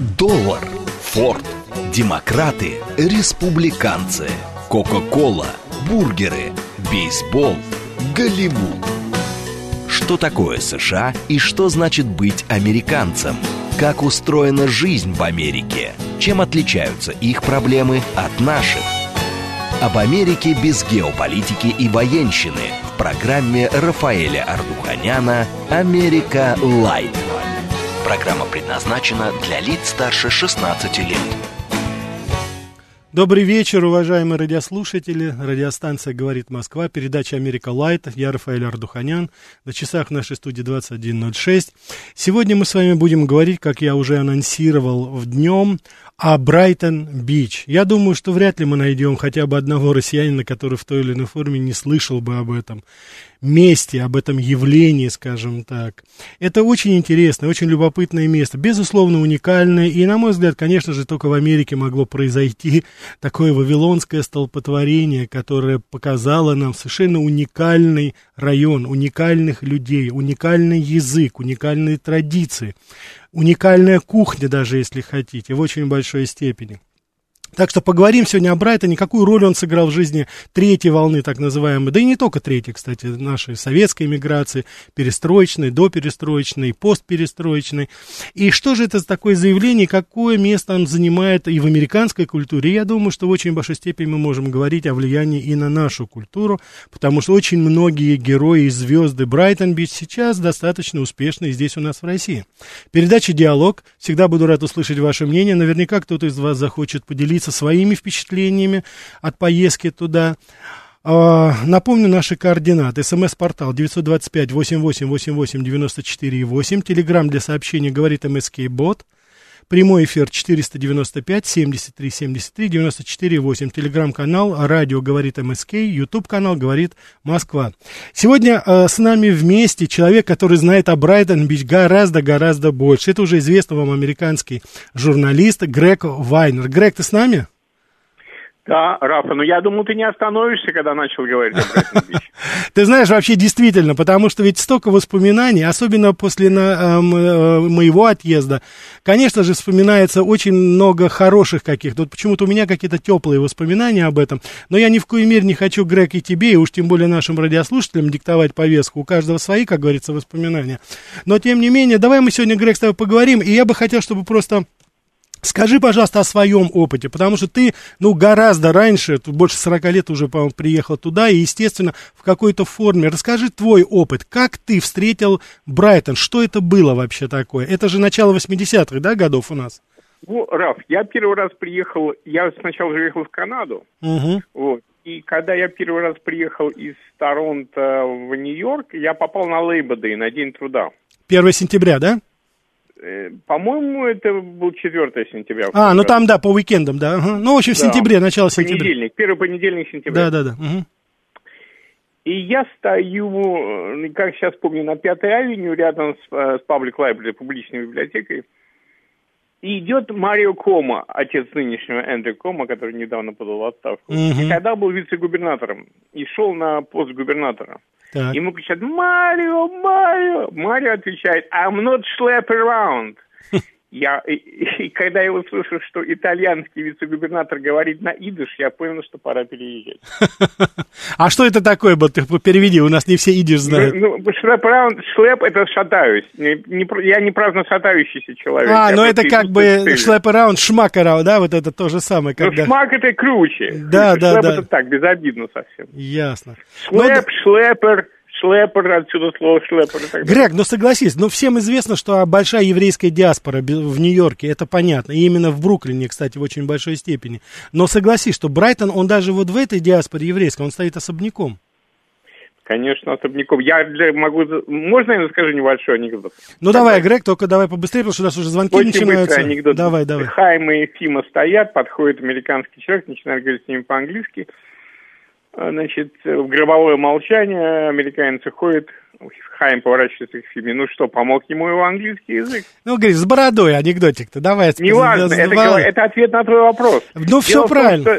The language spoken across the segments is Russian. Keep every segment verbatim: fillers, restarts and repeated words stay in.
Доллар, Форд, демократы, республиканцы, Кока-кола, бургеры, бейсбол, Голливуд. Что такое США и что значит быть американцем? Как устроена жизнь в Америке? Чем отличаются их проблемы от наших? Об Америке без геополитики и военщины в программе Рафаэля Ардуханяна «Америка Лайт». Программа предназначена для лиц старше шестнадцати лет. Добрый вечер, уважаемые радиослушатели. Радиостанция «Говорит Москва», передача «Америка Лайт». Я Рафаэль Ардуханян. На часах в нашей студии двадцать один ноль шесть. Сегодня мы с вами будем говорить, как я уже анонсировал в днем, о Брайтон-Бич. Я думаю, что вряд ли мы найдем хотя бы одного россиянина, который в той или иной форме не слышал бы об этом месте, об этом явлении, скажем так. Это очень интересное, очень любопытное место, безусловно, уникальное, и, на мой взгляд, конечно же, только в Америке могло произойти такое вавилонское столпотворение, которое показало нам совершенно уникальный район, уникальных людей, уникальный язык, уникальные традиции, уникальная кухня, даже если хотите, в очень большой степени. Так что поговорим сегодня о Брайтоне, какую роль он сыграл в жизни третьей волны, так называемой, да и не только третьей, кстати, нашей советской миграции, перестроечной, доперестроечной, постперестроечной. И что же это за такое заявление, какое место он занимает и в американской культуре? Я думаю, что в очень большой степени мы можем говорить о влиянии и на нашу культуру, потому что очень многие герои и звезды Брайтон-Бич сейчас достаточно успешны здесь у нас в России. Передача «Диалог». Всегда буду рад услышать ваше мнение. Наверняка кто-то из вас захочет поделиться своими впечатлениями от поездки туда. А, напомню наши координаты. СМС-портал девять два пять восемь восемь восемь восемь девять четыре восемь. Телеграм для сообщений говорит МСК-бот. Прямой эфир четыреста девяносто пять семьдесят три семьдесят три девяносто четыре восемь. Телеграм-канал «Радио говорит МСК». Ютуб-канал «Говорит Москва». Сегодня э, с нами вместе человек, который знает о Брайтон-Бич гораздо-гораздо больше. Это уже известный вам американский журналист Грег Вайнер. Грег, ты с нами? Да, Рафа, но я думал, ты не остановишься, когда начал говорить о Брайтон-Бич. Ты знаешь, вообще действительно, потому что ведь столько воспоминаний, особенно после на, э, моего отъезда, конечно же, вспоминается очень много хороших каких-то. Вот почему-то у меня какие-то теплые воспоминания об этом, но я ни в коей мере не хочу, Грег, и тебе, и уж тем более нашим радиослушателям диктовать повестку. У каждого свои, как говорится, воспоминания. Но, тем не менее, давай мы сегодня, Грег, с тобой поговорим, и я бы хотел, чтобы просто... Скажи, пожалуйста, о своем опыте, потому что ты, ну, гораздо раньше, больше сорока лет уже, по-моему, приехал туда, и, естественно, в какой-то форме. Расскажи твой опыт, как ты встретил Брайтон, что это было вообще такое? Это же начало восьмидесятых, да, годов у нас? Ну, Раф, я первый раз приехал, я сначала же ехал в Канаду, угу. Вот, и когда я первый раз приехал из Торонто в Нью-Йорк, я попал на Лейбор Дэй, на День труда. первого сентября, да? По-моему, это был четвёртого сентября. А, ну там, да, по уикендам, да. Ага. Ну, в общем, в да, сентябре, начало сентября. Понедельник, первый понедельник сентября. Да, да, да. Угу. И я стою, как сейчас помню, на Пятой авеню, рядом с, с Public Library, публичной библиотекой. И идет Марио Комо, отец нынешнего Эндрю Комо, который недавно подал в отставку. Угу. И тогда был вице-губернатором. И шел на пост губернатора. Так. Ему кричат: «Марио, Марио!» Марио отвечает: «I'm not schlep around». Я, и, и когда я услышал, что итальянский вице-губернатор говорит на идиш, я понял, что пора переезжать. А что это такое был? Ты переведи, у нас не все идиш знают. Ну, шлеп around, шлеп — это шатаюсь. Я не праздно шатающийся человек. А, ну это как бы шлеп around, шмак around, да, вот это то же самое. Ну, шмак — это круче. Да, да, да. Шлеп — это так, безобидно совсем. Ясно. Шлеп, шлепер... Шлепер, отсюда слово шлепер. Грег, ну согласись, ну всем известно, что большая еврейская диаспора в Нью-Йорке, это понятно, и именно в Бруклине, кстати, в очень большой степени. Но согласись, что Брайтон, он даже вот в этой диаспоре еврейской, он стоит особняком. Конечно, особняком. Я для, могу... Можно я расскажу небольшой анекдот? Ну давай, Грег, только давай побыстрее, потому что у нас уже звонки очень начинаются. Очень анекдот. Давай, давай. Хайм и Фима стоят, подходит американский человек, начинает говорить с ними по-английски. Значит, в гробовое молчание американец ходит, Хайм поворачивается к Фиме. Ну что, помог ему его английский язык? Ну, говоришь, с бородой анекдотик-то, давай. Неважно, это, это ответ на твой вопрос. Ну, все правильно. Том, что,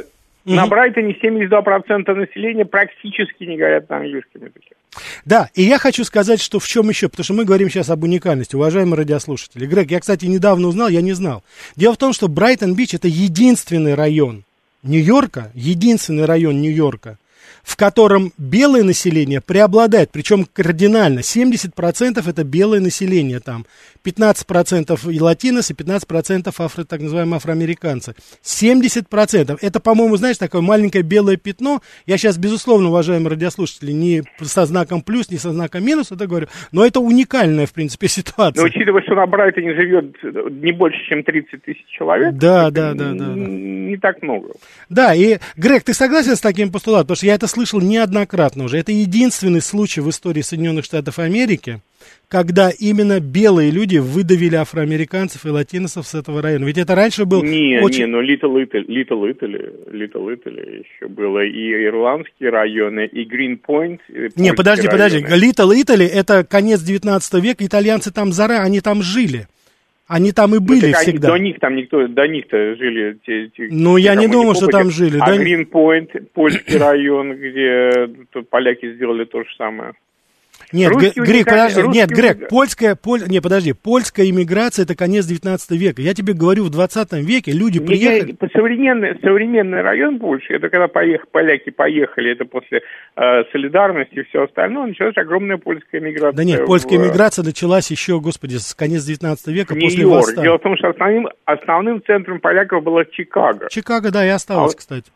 Угу. На Брайтоне семьдесят два процента населения практически не говорят на английском языке. Да, и я хочу сказать, что в чем еще, потому что мы говорим сейчас об уникальности, уважаемые радиослушатели. Грег, я, кстати, недавно узнал, я не знал. Дело в том, что Брайтон-Бич — это единственный район Нью-Йорка, единственный район Нью-Йорка, в котором белое население преобладает, причем кардинально. семьдесят процентов это белое население там, пятнадцать процентов и латиносы, пятнадцать процентов афро, так называемые афроамериканцы. семьдесят процентов. Это, по-моему, знаешь, такое маленькое белое пятно. Я сейчас, безусловно, уважаемые радиослушатели, не со знаком плюс, не со знаком минус это говорю, но это уникальная, в принципе, ситуация. Но учитывая, что на Брайтоне живет не больше, чем тридцать тысяч человек, да, да, да, да, да. не так много. Да, и, Грег, ты согласен с таким постулатом? Потому что я это слышал неоднократно уже. Это единственный случай в истории Соединенных Штатов Америки, когда именно белые люди выдавили афроамериканцев и латиносов с этого района. Ведь это раньше был не, очень... Не, ну Little Italy, Little Italy, Little Italy еще было и ирландские районы, и Гринпойнт. Не, подожди, подожди. Little Italy это конец девятнадцатого века, итальянцы там заранее, они там жили. Они там и были ну, всегда. Они, до них там никто, до них-то жили те, те Ну, те, я не думал, не что там жили. А да? Гринпойнт, польский район, где тут поляки сделали то же самое. Нет, Русский Грег, подожди, русский нет, Грег, уник... польская, поль... не, подожди, польская иммиграция это конец девятнадцатого века. Я тебе говорю, в двадцатом веке люди не, приехали... Не, современный, современный район Польши, это когда поех... поляки поехали, это после э, солидарности и все остальное, началась огромная польская иммиграция. Да нет, польская в... иммиграция началась еще, господи, с конец девятнадцатого века, после Нью-Йорк. восстания. Дело в том, что основным, основным центром поляков было Чикаго. Чикаго, да, и осталось, а... кстати.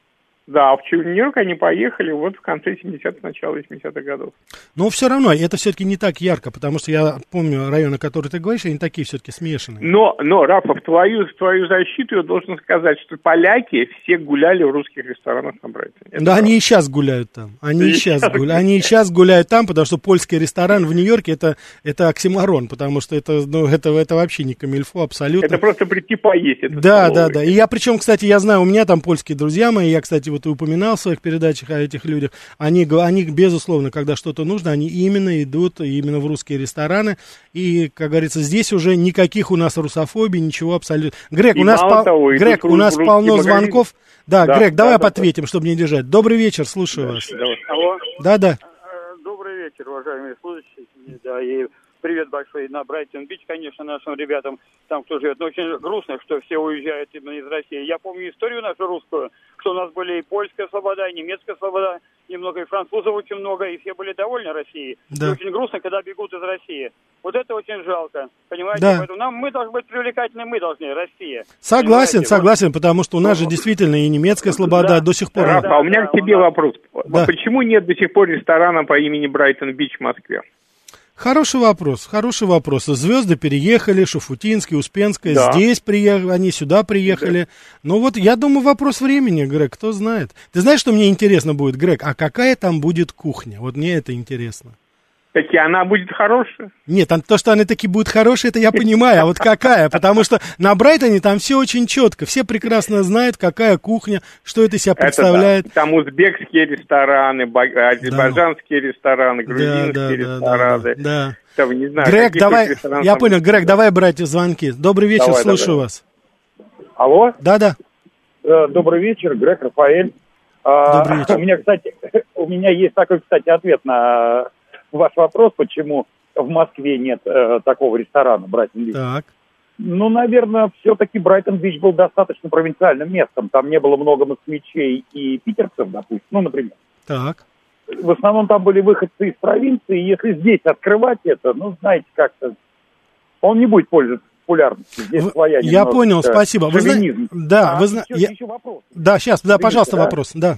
Да, в Нью-Йорк они поехали вот в конце семидесятых, начало восьмидесятых годов. Но все равно, это все-таки не так ярко, потому что я помню районы, которые ты говоришь, они такие все-таки смешанные. Но, но Рафа, в твою, в твою защиту я должен сказать, что поляки все гуляли в русских ресторанах на Брайтоне. Это да, правда. Они и сейчас гуляют там. Они и, и сейчас гуляют. Они и сейчас гуляют там, потому что польский ресторан в Нью-Йорке это, это оксиморон, потому что это, ну, это, это вообще не камильфо абсолютно. Это просто прийти поесть. Это да, столовый. да, да. И я причем, кстати, я знаю, у меня там польские друзья мои, я, кстати, вот упоминал в своих передачах о этих людях, они, они, безусловно, когда что-то нужно, они именно идут именно в русские рестораны, и, как говорится, здесь уже никаких у нас русофобий, ничего абсолютно. Грег, и у нас, пол... того, Грег, у нас полно магазин. звонков. Да, да, Грег, да, давай да, ответим, да. чтобы не держать. Добрый вечер, слушаю да, вас. Алло. Да, да. Добрый вечер, уважаемые слушатели. Да, и привет большой на Брайтон-Бич, конечно, нашим ребятам, там, кто живет. Но очень грустно, что все уезжают именно из России. Я помню историю нашу русскую, что у нас были и польская слобода, и немецкая слобода, немного и французов очень много, и все были довольны Россией. Да. И очень грустно, когда бегут из России. Вот это очень жалко, понимаете? Да. Поэтому нам, мы должны быть привлекательны, мы должны, Россия. Согласен, понимаете? согласен, вот. Потому что у нас же действительно и немецкая слобода да. до сих пор. Рафа, да, а у меня да, к тебе да. вопрос. Да. Почему нет до сих пор ресторана по имени Брайтон-Бич в Москве? Хороший вопрос, хороший вопрос. Звезды переехали, Шуфутинский, Успенская, да. здесь приехали, они сюда приехали. Да. Ну вот, я думаю, вопрос времени, Грег, кто знает. Ты знаешь, что мне интересно будет, Грег? А какая там будет кухня? Вот мне это интересно. Так и она будет хорошая. Нет, то, что она таки будет хорошая, это я понимаю, а вот какая? Потому что на Брайтоне там все очень четко, все прекрасно знают, какая кухня, что это из себя представляет. Это, да. Там узбекские рестораны, азербайджанские да. рестораны, грузинские да, да, рестораны. Да, да, да. Там, не знаю, Грег, давай, я понял, будет. Грег, давай брать звонки. Добрый вечер, давай, слушаю давай. вас. Алло? Да-да. Добрый вечер, Грег, Рафаэль. Добрый вечер. У меня, кстати, у меня есть такой, кстати, ответ на ваш вопрос, почему в Москве нет э, такого ресторана Брайтон-Бич. Так. Ну, наверное, все-таки Брайтон-Бич был достаточно провинциальным местом. Там не было много москвичей и питерцев, допустим, ну, например. Так. В основном там были выходцы из провинции. Если здесь открывать это, ну, знаете, как-то он не будет пользоваться популярностью. Здесь Вы, своя я понял, спасибо. Вы знаете, да, а вы знаете, еще, я... еще вопрос. Да, сейчас, да, Видите, пожалуйста, да? вопрос, да.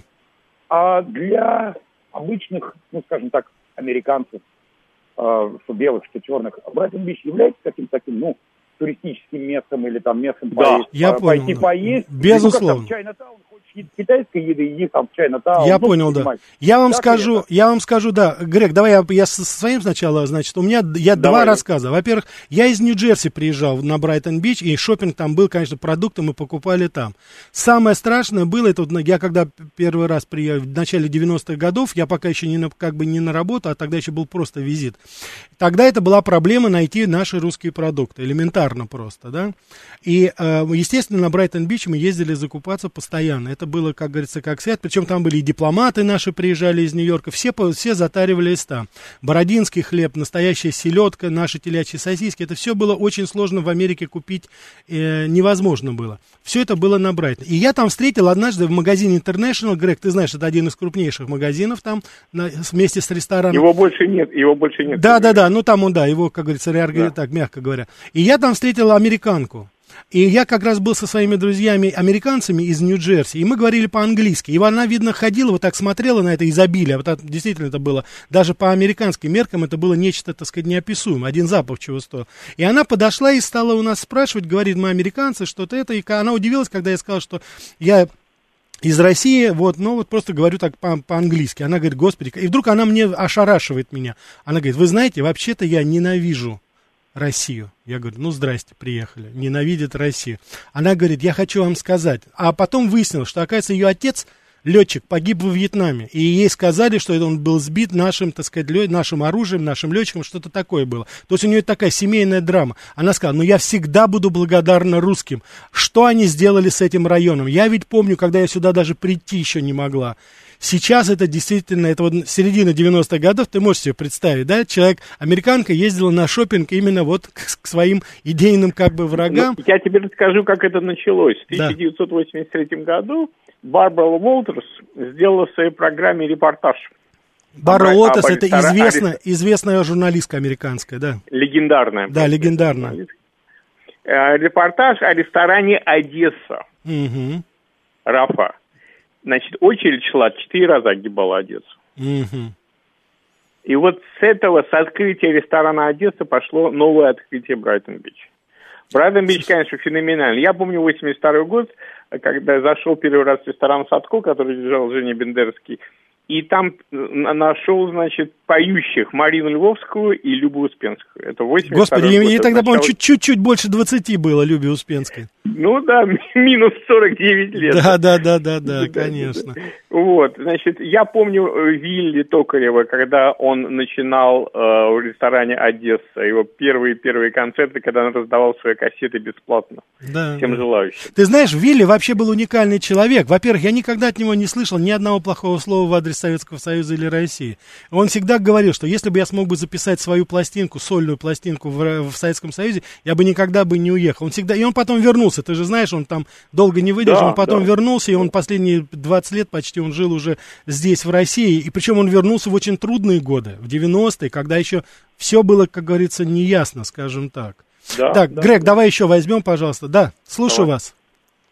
А для обычных, ну, скажем так, американцев, э, что белых, что черных, Брайтон-Бич является каким-то таким, ну, туристическим местом или там местом да, поесть, я по, понял, пойти да. поесть. Безусловно. Ну, как там, Чайна-таун, хочешь китайской еды, иди там в Чайна-таун. Я ну, понял, да. Я вам так скажу, я вам скажу, да. Грег, давай я, я со своим сначала, значит, у меня я давай. два рассказа. Во-первых, я из Нью-Джерси приезжал на Брайтон-Бич, и шопинг там был, конечно, продукты мы покупали там. Самое страшное было, это вот я когда первый раз приехал в начале девяностых годов, я пока еще не на, как бы не на работу, а тогда еще был просто визит. Тогда это была проблема найти наши русские продукты, элементарно. шикарно просто, да. И, э, естественно, на Брайтон-Бич мы ездили закупаться постоянно. Это было, как говорится, как свят. Причем там были и дипломаты наши приезжали из Нью-Йорка. Все, все затаривались там. Бородинский хлеб, настоящая селедка, наши телячьи сосиски. Это все было очень сложно в Америке купить. Э, невозможно было. Все это было на Брайтон. И я там встретил однажды в магазине International. Грег, ты знаешь, это один из крупнейших магазинов там, на, вместе с рестораном. Его больше нет, его больше нет. Да, да, да, ну там он, да, его, как говорится, реорганизовали, да. так, мягко говоря. И я там встретил американку. И я как раз был со своими друзьями-американцами из Нью-Джерси, и мы говорили по-английски. И она, видно, ходила, вот так смотрела на это изобилие. Вот это, действительно, это было, даже по американским меркам, это было нечто, так сказать, неописуемое. Один запах чего стоил. И она подошла и стала у нас спрашивать, говорит, мы американцы, что-то это. И она удивилась, когда я сказал, что я из России, вот, ну вот просто говорю так по- по-английски. Она говорит, господи, и вдруг она мне ошарашивает меня. Она говорит, вы знаете, вообще-то я ненавижу Россию. Я говорю, ну, здрасте, приехали. Ненавидит Россию. Она говорит, я хочу вам сказать. А потом выяснилось, что, оказывается, ее отец, летчик, погиб во Вьетнаме. И ей сказали, что он был сбит нашим, так сказать, лё... нашим оружием, нашим летчиком, что-то такое было. То есть у нее такая семейная драма. Она сказала, ну, я всегда буду благодарна русским. Что они сделали с этим районом? Я ведь помню, когда я сюда даже прийти еще не могла. Сейчас это действительно, это вот середина девяностых годов, ты можешь себе представить, да, человек, американка ездила на шопинг именно вот к, к своим идейным как бы врагам. Ну, я тебе расскажу, как это началось. В тысяча девятьсот восемьдесят третьем году Барбара Уолтерс сделала в своей программе репортаж. Барбара Уолтерс, это рестора... известная, известная журналистка американская, да. Легендарная. Да, легендарная. Репортаж о ресторане «Одесса». Угу. Рафа. Значит, очередь шла, четыре раза огибала Одессу. Угу. И вот с этого, с открытия ресторана «Одесса» пошло новое открытие Брайтон-Бич. Брайтон-Бич, конечно, феноменальный. Я помню восемьдесят второй год, когда я зашел первый раз в ресторан «Садко», который держал Женя Бендерский, и там нашел, значит, поющих Марину Львовскую и Любу Успенскую. Это восемьдесят второй Господи, год. ей тогда, начала... по-моему, чуть-чуть больше двадцати было, Любе Успенской. Ну да, минус сорок девять лет. Да, да, да, да, да, конечно. Вот, значит, я помню Вилли Токарева, когда он начинал э, в ресторане «Одесса», его первые-первые концерты, когда он раздавал свои кассеты бесплатно да, всем да. желающим. Ты знаешь, Вилли вообще был уникальный человек. Во-первых, я никогда от него не слышал ни одного плохого слова в адрес Советского Союза или России. Он всегда говорил, что если бы я смог бы записать свою пластинку, сольную пластинку в, в Советском Союзе, я бы никогда бы не уехал. Он всегда, и он потом вернулся. Ты же знаешь, он там долго не выдержал, да, он потом да. вернулся, и он последние двадцать лет почти он жил уже здесь, в России. И причем он вернулся в очень трудные годы, в девяностые, когда еще все было, как говорится, неясно, скажем так. Да, так, да, Грег, да. давай еще возьмем, пожалуйста. Да, слушаю давай. вас.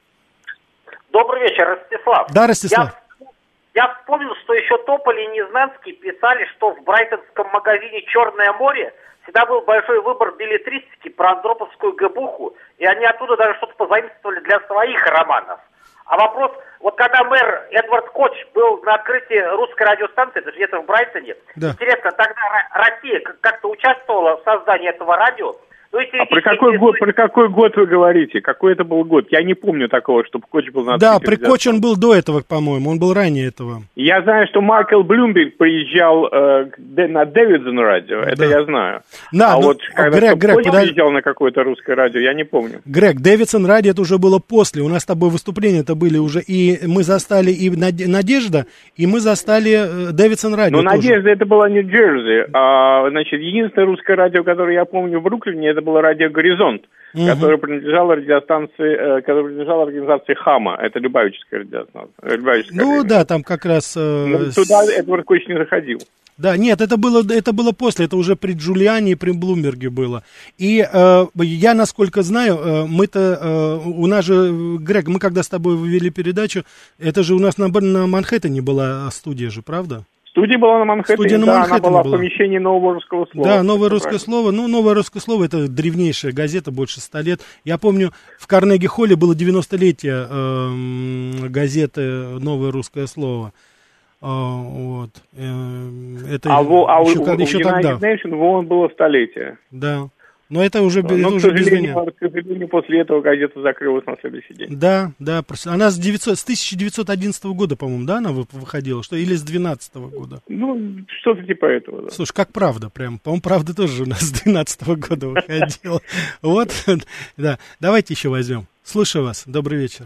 Добрый вечер, Ростислав. Да, Ростислав. Я, я вспомнил, что еще Тополь и Незнанский писали, что в брайтонском магазине «Черное море» всегда был большой выбор беллетристики про андроповскую гэбуху, и они оттуда даже что-то позаимствовали для своих романов. А вопрос, вот когда мэр Эдвард Коч был на открытии русской радиостанции, это же где-то в Брайтоне, да. интересно, тогда Россия как-то участвовала в создании этого радио? Ну, а про какой, год, про какой год вы говорите? Какой это был год? Я не помню такого, чтобы Коч был на Да, при Коч он был до этого, по-моему, он был ранее этого. Я знаю, что Майкл Блумберг приезжал э, на Дэвидсон радио, это да. я знаю. Да, а ну, вот когда Грег, Грег, Коч подож... приезжал на какое-то русское радио, я не помню. Грег, Дэвидсон радио это уже было после, у нас с тобой выступления-то были уже, и мы застали и Надежда, и мы застали Дэвидсон радио. Но Надежда это была Нью-Джерси, а, значит, единственное русское радио, которое я помню в Бруклине, это было радио «Горизонт», угу. которое принадлежало радиостанции, которое принадлежало организации «Хама». Это Любавическая радиостанция. Любавическая ну радио. Да, там как раз... Э, Но туда с... Эдвард Коч не заходил. Да, нет, это было, это было после, это уже при Джулиане и при Блумберге было. И э, я, насколько знаю, э, мы-то, э, у нас же, Грег, мы когда с тобой вывели передачу, это же у нас на, на Манхэттене была студия же, правда? Студия была на Манхэттене, на да, Манхэттене она была, была в помещении Нового Русского Слова. Да, Новое Русское правильно. Слово. Ну, Новое Русское Слово — это древнейшая газета, больше ста лет. Я помню, в Карнеги-холле было девяностолетие э, газеты «Новое Русское Слово». Uh, вот. Uh, это а во, а еще, у, еще у тогда. United Nations вон было столетие. Да. Но это уже, Но, это к уже без меня. К сожалению, после этого газета закрылась на следующий день. Да, да. Она с, девятисот, с тысяча девятьсот одиннадцатого года, по-моему, да, она выходила? Что, или с двенадцатого года? Ну, что-то типа этого, да. Слушай, как «Правда» прям. По-моему, «Правда» тоже у нас с двенадцатого года выходила. Вот, да. Давайте еще возьмем. Слушаю вас. Добрый вечер.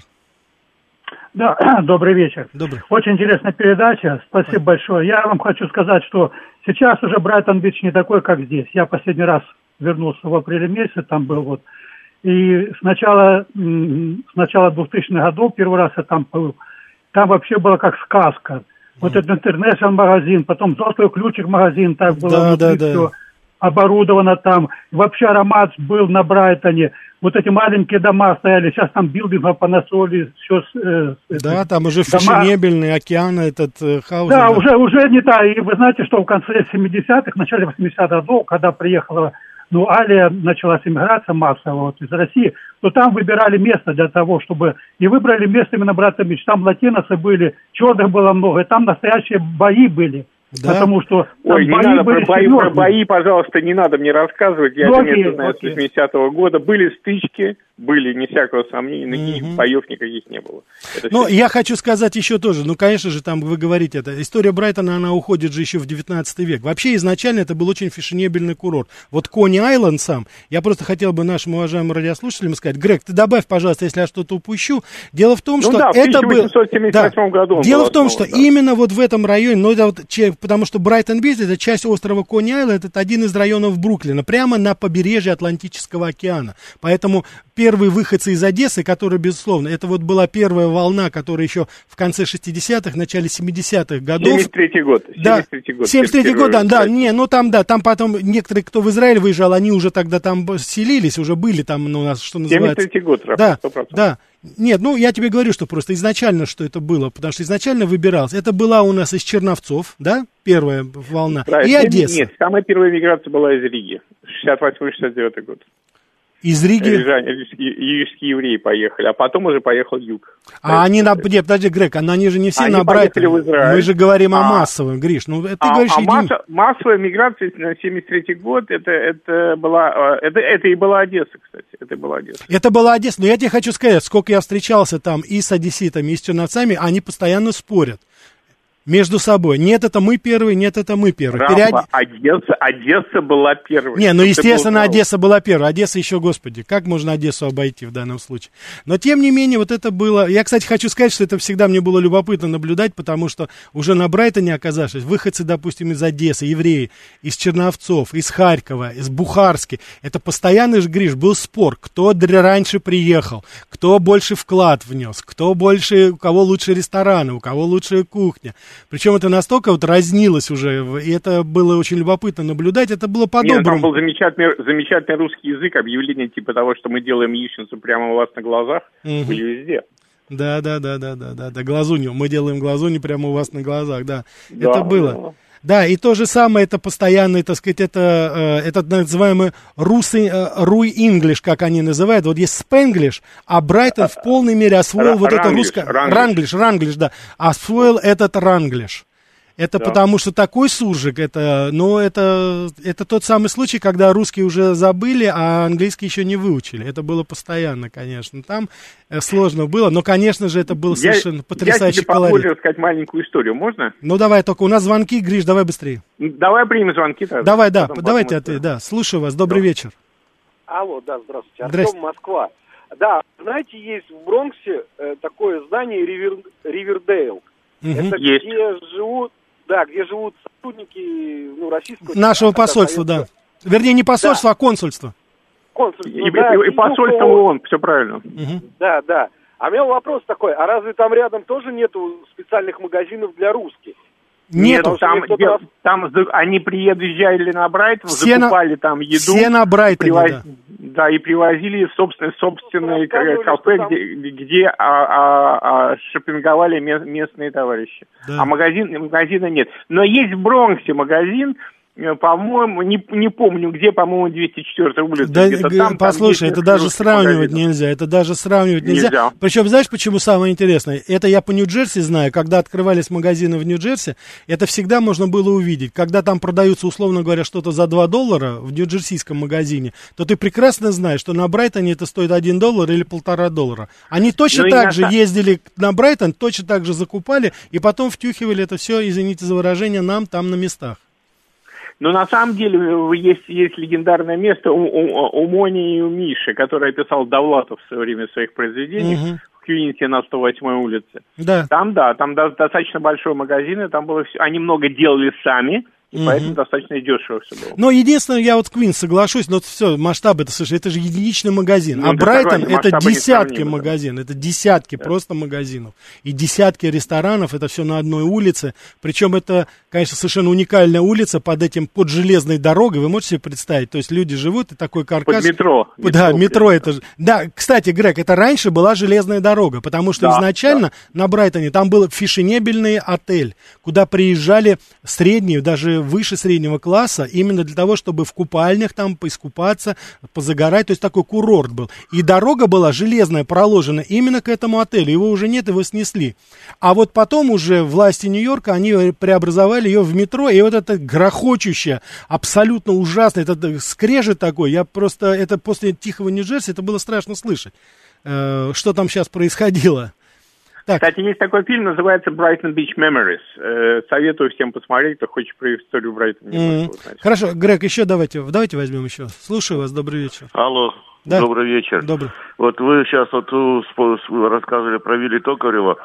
Да, добрый вечер. Добрый. Очень интересная передача. Спасибо большое. Я вам хочу сказать, что сейчас уже Брайтон-Бич не такой, как здесь. Я последний раз вернулся в апреле месяце, там был вот. И с начала, с начала двухтысячных годов первый раз я там был. Там вообще было как сказка. Вот mm. этот интернешнл-магазин, потом «Золотой ключик-магазин», так было да, внутри да, все да. оборудовано там. Вообще аромат был на Брайтоне. Вот эти маленькие дома стояли, сейчас там билдингов понастроили. Все, э, да, это, там уже дома... фешенебельный океан, этот э, хаус. Да, да, уже, уже не так. И вы знаете, что в конце семидесятых, в начале восьмидесятых годов, когда приехала, ну, Алия, началась иммиграция массовая вот, из России, то там выбирали место для того, чтобы... И выбрали место именно Брайтон-Бич. Там латиносы были, черных было много, и там настоящие бои были. Да? Потому что... Ой, не надо про бои, про бои, пожалуйста, не надо мне рассказывать. Я это место знаю с восьмидесятого года. Были стычки, были, не всякого сомнения, никаких mm-hmm. боев никаких не было. Это Но все... я хочу сказать еще тоже, ну, конечно же, там вы говорите, это история Брайтона, она уходит же еще в девятнадцатый век. Вообще, изначально это был очень фешенебельный курорт. Вот Кони-Айленд сам, я просто хотел бы нашим уважаемым радиослушателям сказать, Грег, ты добавь, пожалуйста, если я что-то упущу. Дело в том, ну, что да, это был... в тысяча восемьсот семьдесят восьмом да. году Дело в том, основан, что да. именно вот в этом районе, ну, это вот, потому что Брайтон-Бич, это часть острова Кони-Айленд, это один из районов Бруклина, прямо на побережье Атлантического океана. Поэтому первые выходцы из Одессы, которые, безусловно, это вот была первая волна, которая еще в конце шестидесятых, начале семидесятых годов. семьдесят третий год. Да, семьдесят третий год, да, да, не, ну там, да, там потом некоторые, кто в Израиль выезжал, они уже тогда там селились, уже были там, ну, у нас, что называется. семьдесят третий год, Раф, да, сто процентов. Да. Нет, ну, я тебе говорю, что просто изначально, что это было, потому что изначально выбиралось. Это была у нас из Черновцов, да, первая волна, да, и Одесса. Нет, самая первая миграция была из Риги, шестьдесят восьмой шестьдесят девятый год. Из Риги? Рижские евреи поехали, а потом уже поехал юг. А да, они, на... нет, подожди, Грег, они же не все на Брайтон. Мы же говорим а... о массовом, Гриш. Ну, ты а, говоришь, а един... масса... массовая миграция на семьдесят третий год, это, это, была, это, это и была Одесса, кстати. Это была Одесса. Это была Одесса, но я тебе хочу сказать, сколько я встречался там и с одесситами, и с черновцами, они постоянно спорят между собой. Нет, это мы первые, нет, это мы первые. Рампа, Переод... Одесса, Одесса была первой. Не, ну, естественно, Одесса была первой. Одесса еще, господи, как можно Одессу обойти в данном случае? Но, тем не менее, вот это было... Я, кстати, хочу сказать, что это всегда мне было любопытно наблюдать, потому что уже на Брайтоне оказавшись, выходцы, допустим, из Одессы, евреи, из Черновцов, из Харькова, из Бухарски, это постоянный же, Гриш, был спор, кто раньше приехал, кто больше вклад внес, кто больше, у кого лучше рестораны, у кого лучшая кухня. Причем это настолько вот разнилось уже, и это было очень любопытно наблюдать, это было по-доброму. Нет, там был замечательный, замечательный русский язык, объявления типа того, что мы делаем яичницу прямо у вас на глазах, угу. были везде. Да, да, да, да, да, да, да, глазунью, мы делаем глазунью прямо у вас на глазах, да, да это было. Да. Да, и то же самое, это постоянно, так сказать, это, э, этот называемый русы, э, руй-инглиш, как они называют, вот есть спенглиш, а Брайтон в полной мере освоил Р- вот это русское, ранглиш, ранглиш, да, освоил этот ранглиш. Это да. Потому что такой суржик, это, ну, это, это тот самый случай, когда русские уже забыли, а английский еще не выучили. Это было постоянно, конечно. Там сложно было, но, конечно же, это был совершенно я, потрясающий я колорит. Я тебе рассказать маленькую историю, можно? Ну, давай, только у нас звонки, Гриш, давай быстрее. Давай примем звонки тогда. Давай, да, давайте ответь, да, слушаю вас, добрый да. вечер. Алло, да, здравствуйте, Артем, Москва. Да, знаете, есть в Бронксе э, такое здание Ривер, Ривердейл. Угу. Это есть. Где живут... Да, где живут сотрудники ну, российского... Нашего посольства, да. Вернее, не посольства, да. а консульства. Консульство, и, да. И, и посольство ООН, все правильно. Угу. Да, да. А у меня вопрос такой, а разве там рядом тоже нету специальных магазинов для русских? Нет, там, где, раз... там они приезжали на Брайтон, все закупали на... там еду. Все на Брайтоне, привоз... да. Да, и привозили собственные, собственные кафе, там... где, где а, а, а, шопинговали местные товарищи. Да. А магазин, магазина нет. Но есть в Бронксе магазин, по-моему, не, не помню, где, по-моему, двести четвёртая улица. Да, там, послушай, там это даже сравнивать магазинов. нельзя, это даже сравнивать нельзя. нельзя. Причем, знаешь, почему самое интересное? Это я по Нью-Джерси знаю, когда открывались магазины в Нью-Джерси, это всегда можно было увидеть. Когда там продаются, условно говоря, что-то за два доллара в нью-джерсийском магазине, то ты прекрасно знаешь, что на Брайтоне это стоит один доллар или полтора доллара. Они точно ну, так же ездили на Брайтон, точно так же закупали, и потом втюхивали это все, извините за выражение, нам там на местах. Но на самом деле есть, есть легендарное место у, у, у Мони и у Миши, который описал Довлатов в свое время в своих произведениях, угу. в Кьюнити на сто восьмой улице. Да. Там, да, там достаточно большой магазин, и там было все. Они много делали сами. И угу. поэтому достаточно дешево все было. Но единственное, я вот с Квинс соглашусь, но все, масштабы, это, слушай, это же единичный магазин. Ну, а Брайтон это десятки магазинов, это десятки да. просто магазинов. И десятки ресторанов, это все на одной улице. Причем это, конечно, совершенно уникальная улица под этим, под железной дорогой. Вы можете себе представить? То есть люди живут, и такой каркас. Под метро. метро да, метро это же. Да, кстати, Грег, это раньше была железная дорога, потому что да, изначально да. на Брайтоне там был фешенебельный отель, куда приезжали средние, даже выше среднего класса, именно для того, чтобы в купальнях там поискупаться, позагорать, то есть такой курорт был. И дорога была железная, проложена именно к этому отелю, его уже нет, его снесли. А вот потом уже власти Нью-Йорка, они преобразовали ее в метро, и вот это грохочущее, абсолютно ужасное, это скрежет такой, я просто, это после Тихого Нью-Джерси, это было страшно слышать, э, что там сейчас происходило. Так. Кстати, есть такой фильм, называется Brighton Beach Memories. Э, советую всем посмотреть, кто хочет про историю Брайтона. Mm-hmm. Хорошо, Грег, еще давайте, давайте возьмем еще. Слушаю вас, добрый вечер. Алло, да? Добрый вечер. Добрый. Вот вы сейчас вот рассказывали про Вилли Токарева.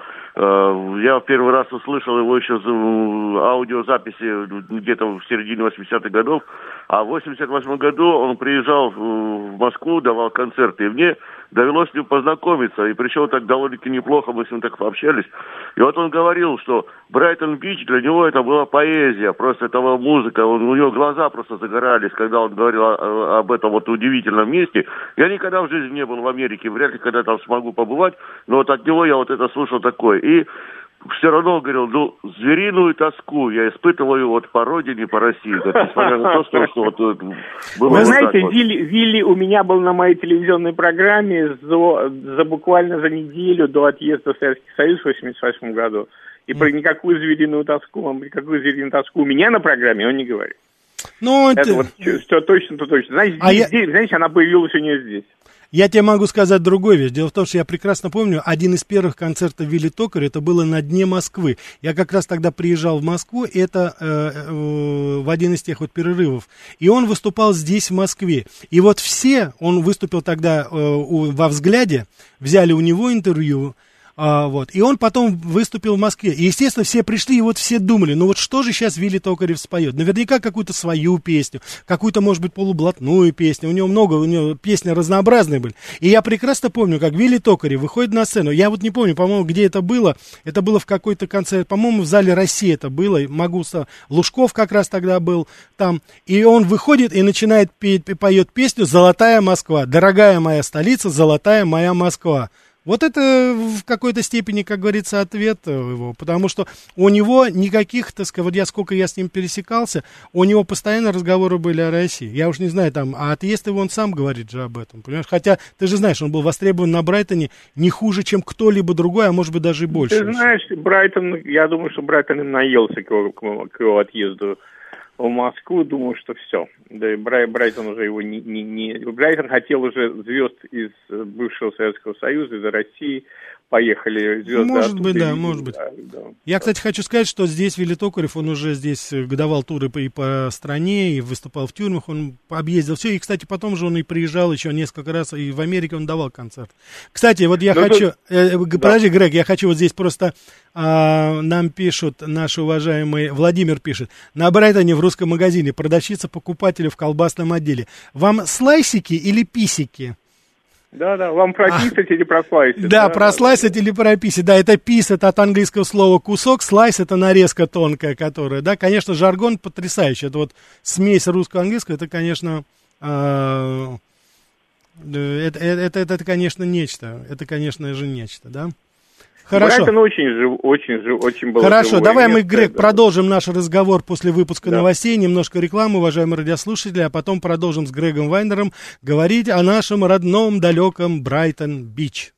Я в первый раз услышал его еще в аудиозаписи где-то в середине восьмидесятых годов. А в восемьдесят восьмом году он приезжал в Москву, давал концерты. И мне довелось с ним познакомиться. И причем так довольно-таки неплохо, мы с ним так пообщались. И вот он говорил, что Брайтон-Бич для него это была поэзия. Просто это была музыка. Он, у него глаза просто загорались, когда он говорил о, об этом вот удивительном месте. Я никогда в жизни не был в Америке. Вряд ли когда там смогу побывать. Но вот от него я вот это слушал такое. И все равно, говорил, ну, звериную тоску я испытываю вот по родине, по России. Несмотря на то, что, что вот было. Вы вот знаете, вот. Вилли, Вилли у меня был на моей телевизионной программе за, за буквально за неделю до отъезда в Советский Союз в восемьдесят восьмом году. И про никакую звериную тоску, он никакую звериную тоску у меня на программе он не говорит. Ну, это ты... вот что точно, то точно. Знаете, а здесь, я... знаете, она появилась у нее здесь. Я тебе могу сказать другую вещь. Дело в том, что я прекрасно помню, один из первых концертов Вилли Токаря, это было на дне Москвы. Я как раз тогда приезжал в Москву, и это э, э, в один из тех вот перерывов. И он выступал здесь, в Москве. И вот все, он выступил тогда э, у, во «Взгляде», взяли у него интервью, А, вот. И он потом выступил в Москве. И, естественно, все пришли, и вот все думали, ну вот что же сейчас Вилли Токарев споет? Наверняка какую-то свою песню, какую-то, может быть, полублатную песню. У него много, у него песни разнообразные были. И я прекрасно помню, как Вилли Токарев выходит на сцену. Я вот не помню, по-моему, где это было. Это было в какой-то конце, по-моему, в зале России это было. Могу... Лужков как раз тогда был там. И он выходит и начинает петь, поет песню «Золотая Москва». «Дорогая моя столица, золотая моя Москва». Вот это в какой-то степени, как говорится, ответ его, потому что у него никаких, так сказать, вот я сколько я с ним пересекался, у него постоянно разговоры были о России. Я уж не знаю, там, а отъезд его он сам говорит же об этом, понимаешь? Хотя, ты же знаешь, он был востребован на Брайтоне не хуже, чем кто-либо другой, а может быть даже и больше. Ты знаешь, Брайтон, я думаю, что Брайтон им наелся к его, к его отъезду в Москву, думаю, что все. Да и Брай, Брайтон уже его не, не, не... Брайтон хотел уже звезд из бывшего Советского Союза, из России. Поехали звезды. Может быть, да, и... может быть. Да, да. Я, кстати, хочу сказать, что здесь Вилли Токарев, он уже здесь давал туры и по стране, и выступал в тюрьмах, он объездил все. И, кстати, потом же он и приезжал еще несколько раз, и в Америке он давал концерт. Кстати, вот я ну, хочу... Тут... Э, подожди, да. Грег, я хочу вот здесь просто... А, нам пишут, наши уважаемые... Владимир пишет. На Брайтоне в русском магазине продавщица покупателю в колбасном отделе. Вам слайсики или писики? Да-да, вам прописать а, или прослайсить. Да, да прослайсить да, или прописать. Да, это пис, это от английского слова кусок, слайс это нарезка тонкая, которая, да, конечно, жаргон потрясающий. Это вот смесь русско-английского, это, конечно, э, это, это, это, это, конечно, нечто. Это, конечно же, нечто, да. Хорошо. Брайтон очень жив, очень жив, очень был. Хорошо, давай место, мы, Грег, да. продолжим наш разговор после выпуска да. новостей, немножко рекламы, уважаемые радиослушатели, а потом продолжим с Грегом Вайнером говорить о нашем родном далеком Брайтон-Бич.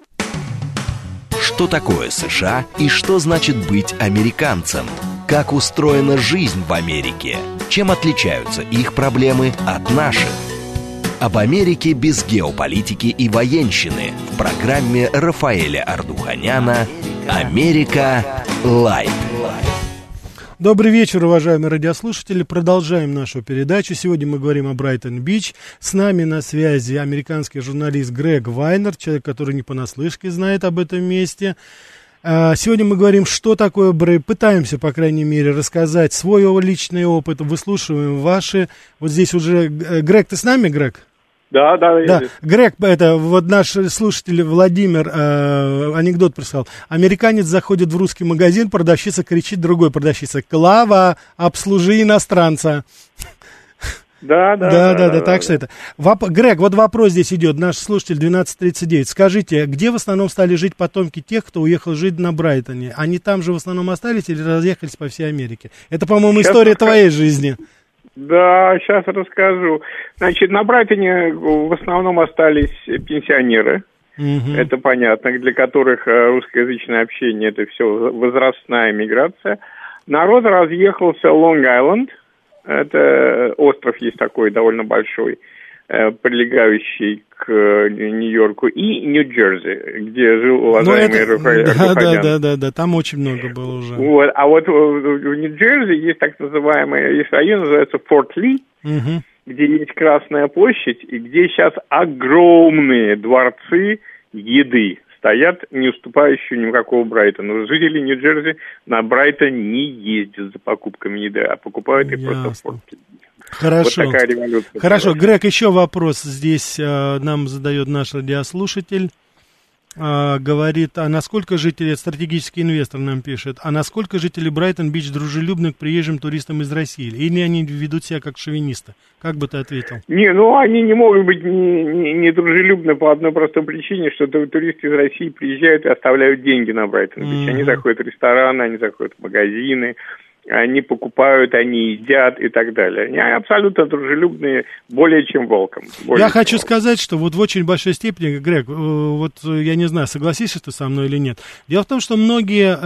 Что такое США и что значит быть американцем? Как устроена жизнь в Америке? Чем отличаются их проблемы от наших? Об Америке без геополитики и военщины в программе Рафаэля Ардуханяна «Америка Лайт». Добрый вечер, уважаемые радиослушатели. Продолжаем нашу передачу. Сегодня мы говорим о Брайтон-Бич. С нами на связи американский журналист Грег Вайнер, человек, который не понаслышке знает об этом месте. Сегодня мы говорим, что такое Брайтон. Пытаемся, по крайней мере, рассказать свой личный опыт. Выслушиваем ваши. Вот здесь уже... Грег, ты с нами, Грег? Да, да, да. Грег, это вот наш слушатель Владимир э, анекдот прислал. Американец заходит в русский магазин, продавщица кричит другой продавщице: «Клава, обслужи иностранца». Да, да, да, да, да, да, да, так да. что это. Воп... Грег, вот вопрос здесь идет, наш слушатель двенадцать тридцать девять. Скажите, где в основном стали жить потомки тех, кто уехал жить на Брайтоне? Они там же в основном остались или разъехались по всей Америке? Это, по-моему, Сейчас история пока... твоей жизни. Да, сейчас расскажу. Значит, на Брайтоне в основном остались пенсионеры. Угу. Это понятно, для которых русскоязычное общение — это все возрастная миграция. Народ разъехался в Лонг-Айленд. Это остров есть такой довольно большой, прилегающий к Нью-Йорку, и Нью-Джерси, где жил уважаемый Рафаэль Ардуханян. Да, да, да, да, да, там очень много было уже. Вот, а вот в Нью-Джерси есть так называемый, есть район, называется Форт Ли, угу. где есть Красная площадь, и где сейчас огромные дворцы еды стоят, не уступающие никакого Брайтона. Жители Нью-Джерси на Брайтон не ездят за покупками еды, а покупают их просто в Форт Ли. Хорошо. Вот такая революция. Хорошо, Грег, еще вопрос здесь э, нам задает наш радиослушатель. Э, говорит, а насколько жители, стратегический инвестор нам пишет, а насколько жители Брайтон-Бич дружелюбны к приезжим туристам из России? Или они ведут себя как шовинисты? Как бы ты ответил? Не, ну они не могут быть не, не, не дружелюбны по одной простой причине, что туристы из России приезжают и оставляют деньги на Брайтон-Бич. Mm-hmm. Они заходят в рестораны, они заходят в магазины, они покупают, они едят и так далее. Они абсолютно дружелюбные, более чем welcome. Я хочу welcome. сказать, что вот в очень большой степени, Грег, вот я не знаю, согласишься ты со мной или нет. Дело в том, что многие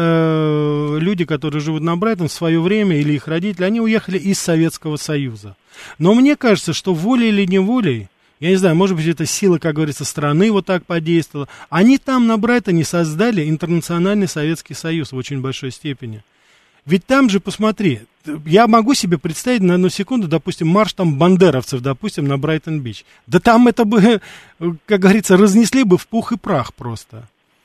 э, люди, которые живут на Брайтон в свое время, или их родители, они уехали из Советского Союза. Но мне кажется, что волей или неволей, я не знаю, может быть, это сила, как говорится, страны вот так подействовала, они там на Брайтоне создали интернациональный Советский Союз в очень большой степени. Ведь там же, посмотри, я могу себе представить на одну секунду, допустим, марш там бандеровцев, допустим, на Брайтон-Бич. Да там это бы, как говорится, разнесли бы в пух и прах просто.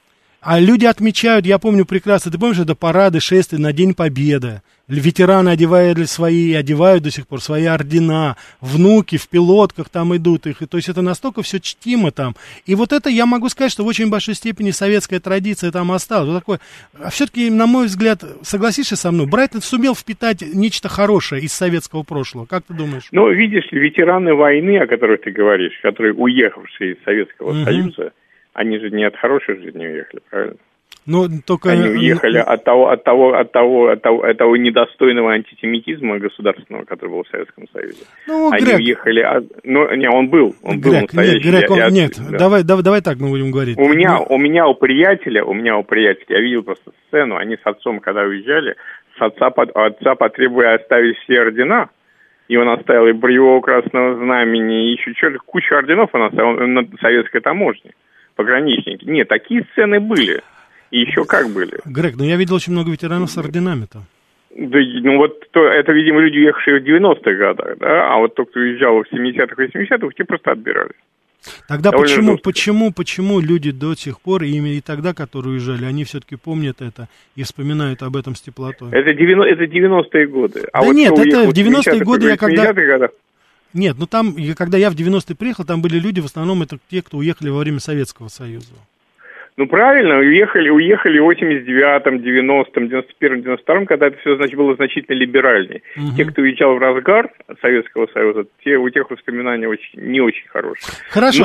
А люди отмечают, я помню прекрасно, ты помнишь, это парады, шествия на День Победы. Ветераны одевают свои, одевают до сих пор свои ордена, внуки в пилотках там идут их, и, то есть это настолько все чтимо там. И вот это, я могу сказать, что в очень большой степени советская традиция там осталась. Вот такое, а все-таки, на мой взгляд, согласишься со мной, Брайтон сумел впитать нечто хорошее из советского прошлого. Как ты думаешь? Ну, видишь ли, ветераны войны, о которых ты говоришь, которые уехавшие из Советского угу. Союза, они же не от хорошей жизни уехали, правильно? Но только... Они уехали от того, от того, от того, от того, от того недостойного антисемитизма государственного, который был в Советском Союзе. Ну, Они Грег... уехали... От... Ну, не, он был. Он Грег, был настоящий. Нет, Грег, он... я, нет да. давай, давай, давай так мы будем говорить. У меня, ну... у меня у приятеля, у меня у приятеля, я видел просто сцену, они с отцом, когда уезжали, с отца, отца потребовали оставить все ордена, и он оставил и Боевого Красного Знамени, и еще что-то, кучу орденов он оставил на советской таможне, пограничники. Нет, такие сцены были. И еще как были. Грег, ну я видел очень много ветеранов с орденами-то. Да, ну вот то, это, видимо, люди, уехавшие в девяностых годах, да, а вот тот, кто уезжал в семидесятых, восьмидесятых, те просто отбирали. Тогда почему, почему, почему люди до сих пор, и именно и тогда, которые уезжали, они все-таки помнят это и вспоминают об этом с теплотой? Это, это девяностые годы. А да вот нет, это в девяностые годы я когда... годах... Нет, ну там, когда я в девяностые приехал, там были люди, в основном это те, кто уехали во время Советского Союза. Ну, правильно, уехали, уехали в восемьдесят девятом, девяностом, девяносто первом, девяносто втором, когда это все, значит, было значительно либеральнее. Угу. Те, кто уезжал в разгар Советского Союза, те, у тех воспоминания очень, не очень хорошие. Хорошо. Но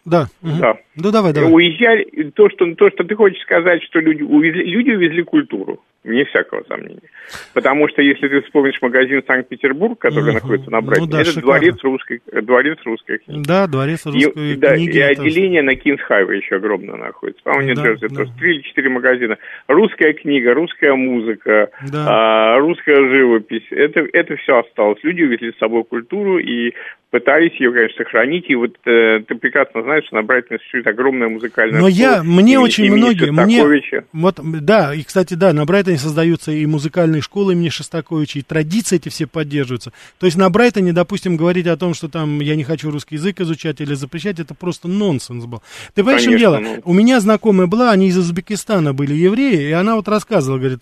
Да. Угу. Да. Ну, давай, давай. Уезжали, то что, то, что ты хочешь сказать, что люди увезли, люди увезли культуру, вне всякого сомнения. Потому что, если ты вспомнишь магазин Санкт-Петербург, который uh-huh. находится на Брайтоне, ну, да, это шикарно. дворец русской, дворец русской книги. Да, дворец русской и, да, книги. И отделение на Кингс-Хайве еще огромное находится. По-моему, да, Нью-Джерси, да. это три или четыре магазина. Русская книга, русская музыка, да. а, русская живопись. Это, это все осталось. Люди увезли с собой культуру и пытались ее, конечно, сохранить. И вот э, ты прекрасно знаешь, что на Брайтоне существует огромная музыкальная Но школа. я, мне имени, очень имени многие, мне, вот, да, и, кстати, да, на Брайтоне создаются и музыкальные школы имени Шостаковича, и традиции эти все поддерживаются. То есть на Брайтоне, допустим, говорить о том, что там я не хочу русский язык изучать или запрещать, это просто нонсенс был. Ты понимаешь, в чем дело? Ну... У меня знакомая была, они из Узбекистана были евреи, и она вот рассказывала, говорит,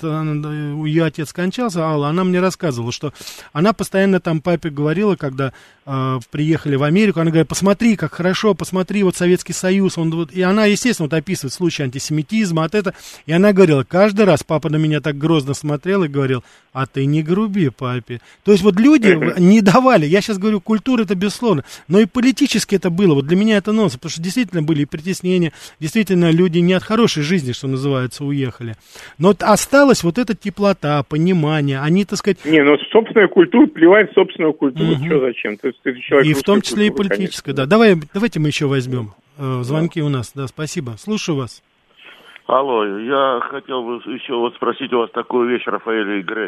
ее отец скончался, Алла, она мне рассказывала, что она постоянно там папе говорила, когда э, приехали в Америку, она говорит, посмотри, как хорошо, посмотри, вот Советский Союз, он вот, и она, естественно, вот описывает случаи антисемитизма, от этого, и она говорила, каждый раз папа на меня так грозно смотрел и говорил, а ты не груби папе. То есть вот люди не давали, я сейчас говорю, культура это безусловно, но и политически это было, вот для меня это нонсенс, потому что действительно были и притеснения, действительно люди не от хорошей жизни, что называется, уехали. Но вот осталась вот эта теплота, понимание, они, так сказать... Не, ну собственная культура, плевать в собственную культуру, угу. что зачем? Ты, ты человек и в том числе культуры, и политическая, конечно. Да. Давай, давайте мы еще возьмем э, звонки да. у нас, да, спасибо. Слушаю вас. Алло, я хотел бы еще вот спросить у вас такую вещь, Рафаэль и Грег.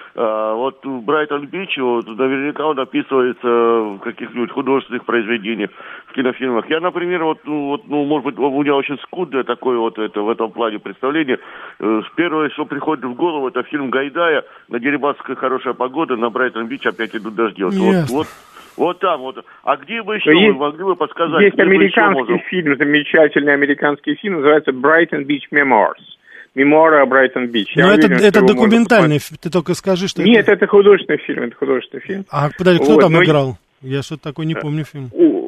А, вот в Брайтон-Бич, вот, наверняка он описывается в каких-нибудь художественных произведениях, в кинофильмах. Я, например, вот, ну, вот, ну, может быть, у меня очень скудное такое вот это, в этом плане представление. Первое, что приходит в голову, это фильм Гайдая «На Дерибасской хорошая погода», на Брайтон-Бич опять идут дожди. Вот, вот, вот, вот там вот. А где бы еще есть, вы могли бы подсказать? Есть американский фильм, замечательный американский фильм, называется «Brighton Beach Memoirs». Мемуары о Брайтон-Бич. Но это, уверен, это документальный, ты только скажи, что Нет, это... это художественный фильм, это художественный фильм. А подожди, кто вот, там но... играл? Я что-то такое не помню фильм.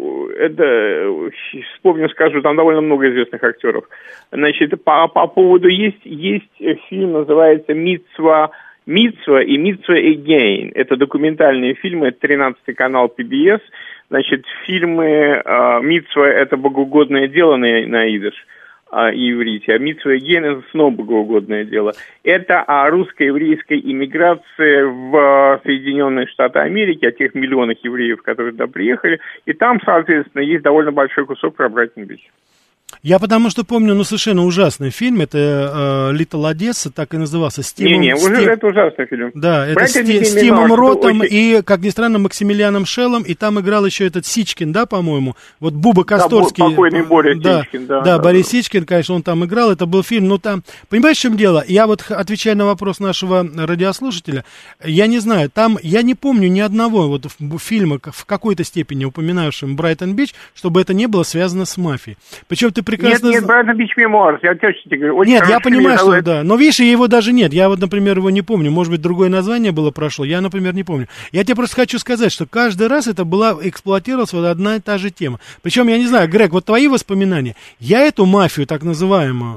Это, вспомню, скажу, там довольно много известных актеров. Значит, по, по поводу, есть, есть фильм, называется «Митцва», «Митцва» и «Митцва Again». Это документальные фильмы, это тринадцатый канал пи би эс. Значит, фильмы «Митцва» — это богоугодное дело на, на идиш и иврите, а «Митцва Again» — это снова богоугодное дело. Это о русско-еврейской иммиграции в Соединенные Штаты Америки, о тех миллионах евреев, которые туда приехали. И там, соответственно, есть довольно большой кусок про Брайтон-Бич. Я потому что помню, ну, совершенно ужасный фильм, это «Литл Одесса», так и назывался. Стивом, Не-не, уже Стив... это ужасный фильм. Да, это с Тимом Ротом очень... и, как ни странно, Максимилианом Шеллом, и там играл еще этот Сичкин, да, по-моему, вот Буба Косторский. Да, покойный Боря да, Сичкин, да. Да, да Борис да. Сичкин, конечно, он там играл, это был фильм, ну, там, понимаешь, в чем дело? Я вот, отвечая на вопрос нашего радиослушателя, я не знаю, там, я не помню ни одного вот фильма, в какой-то степени упоминавшим Брайтон-Бич, чтобы это не было связано с мафией. Причем ты прекрасно... Нет, нет, Брайтон-Бич Memoirs, я точно тебе говорю. Очень нет, я понимаю, фильм, что да. Но видишь, его даже нет. Я вот, например, его не помню. Может быть, другое название было прошло. Я, например, не помню. Я тебе просто хочу сказать, что каждый раз это была эксплуатировалась вот одна и та же тема. Причем, я не знаю, Грег, вот твои воспоминания. Я эту мафию, так называемую,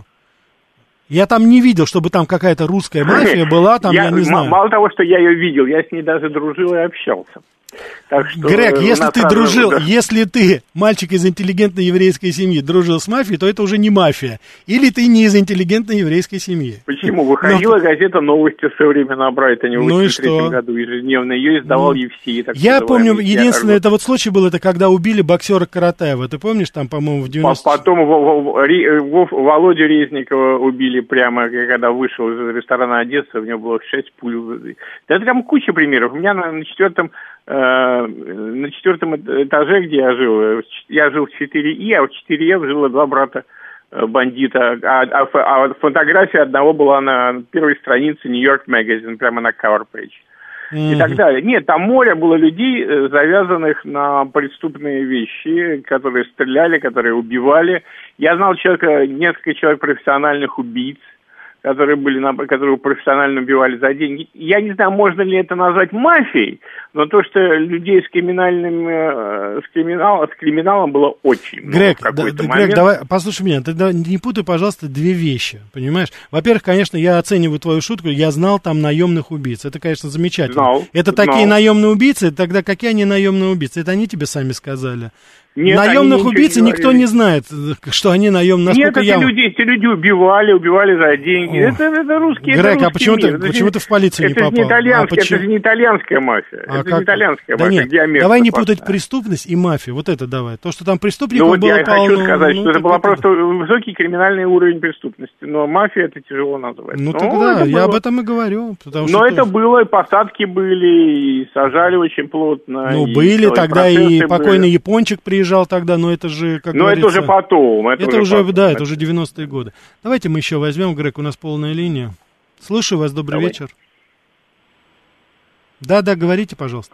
я там не видел, чтобы там какая-то русская мафия была, там, я, я не знаю. Мало того, что я ее видел, я с ней даже дружил и общался. Так что, Грег, если ты дружил, да. если ты, мальчик из интеллигентной еврейской семьи, дружил с мафией, то это уже не мафия. Или ты не из интеллигентной еврейской семьи. Почему? Выходила Но... газета «Новости со времен на Брайтоне» в ну восемьдесят третьем году ежедневно. Ее издавал ну... Евсей. Я помню, единственное, это вот случай был, это когда убили боксера Каратаева. Ты помнишь, там, по-моему, в девяностом... Потом Володю Резникова убили прямо, когда вышел из ресторана «Одесса», у него было шесть пуль. Да там куча примеров. У меня на четвертом... на четвертом этаже, где я жил, я жил в четыре И, а в четыре Эф жило два брата бандита, а, а, а фотография одного была на первой странице Нью-Йорк Magazine, прямо на cover page. Mm-hmm. И так далее. Нет, там море было людей, завязанных на преступные вещи, которые стреляли, которые убивали. Я знал человека, несколько человек профессиональных убийц, которые были, которые профессионально убивали за деньги. Я не знаю, можно ли это назвать мафией, но то, что людей с криминальным, с, криминал, с криминалом было очень много. Грег, да, Грег, давай, послушай меня, ты не путай, пожалуйста, две вещи, понимаешь? Во-первых, конечно, я оцениваю твою шутку, я знал там наемных убийц, это, конечно, замечательно. Знал, это знал. Такие наемные убийцы, тогда какие они наемные убийцы? Это они тебе сами сказали. Нет, наемных убийц никто не знает, что они наемные. Нет, эти я... люди, эти люди убивали, убивали за деньги. Это, это русские. Грег, это а почему ты, почему ты в полицию это не попал? Не итальянская, а это же не итальянская мафия. А это как? не итальянская да мафия. Нет, давай не путать преступность и мафию. Вот это давай. То, что там преступников ну, вот было я полно. хочу сказать, ну, что это был это... просто высокий криминальный уровень преступности. Но мафия это тяжело назвать. Ну но тогда, я об этом и говорю. Но что это было, и посадки были, и сажали очень плотно. Ну, были тогда, и покойный япончик приезжал тогда, но это же, как но говорится... это уже потом. Это, это уже, уже потом. да, это уже девяностые годы. Давайте мы еще возьмем, Грег, у нас полная линия. Слушаю вас, добрый Давай. вечер. Да-да, говорите, пожалуйста.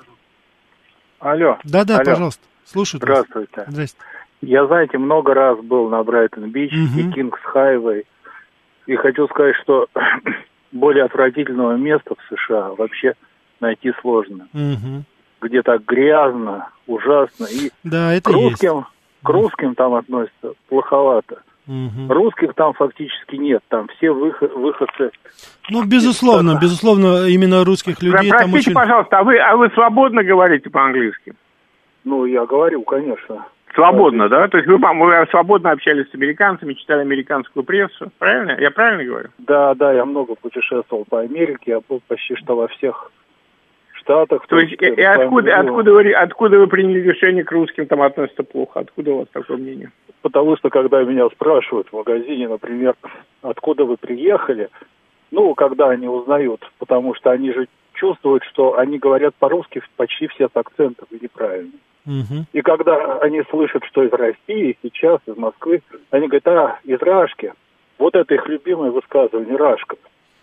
Алло. Да-да, Алло. пожалуйста, слушаю. Здравствуйте. Здравствуйте. Я, знаете, много раз был на Брайтон-Бич Угу. и Кингс-Хайвей, и хочу сказать, что более отвратительного места в США вообще найти сложно. Угу. Где так грязно, ужасно. И да, это к русским, есть. К русским там относятся плоховато. Угу. Русских там фактически нет, там все выход, выходцы. Ну, безусловно, безусловно, именно русских людей Простите, там очень... пожалуйста, а вы, а вы свободно говорите по-английски? Ну, я говорю, конечно. Свободно, да? То есть вы, вы свободно общались с американцами, читали американскую прессу, правильно? Я правильно говорю? Да, да, я много путешествовал по Америке, я был почти что во всех штатах. То есть, и, и откуда, откуда, вы, откуда вы приняли решение к русским там относятся плохо? Откуда у вас такое мнение? Потому что, когда меня спрашивают в магазине, например, откуда вы приехали, ну, когда они узнают, потому что они же чувствуют, что они говорят по-русски почти все с акцентом и неправильно. Угу. И когда они слышат, что из России, сейчас, из Москвы, они говорят, а, из Рашки. Вот это их любимое высказывание, Рашка.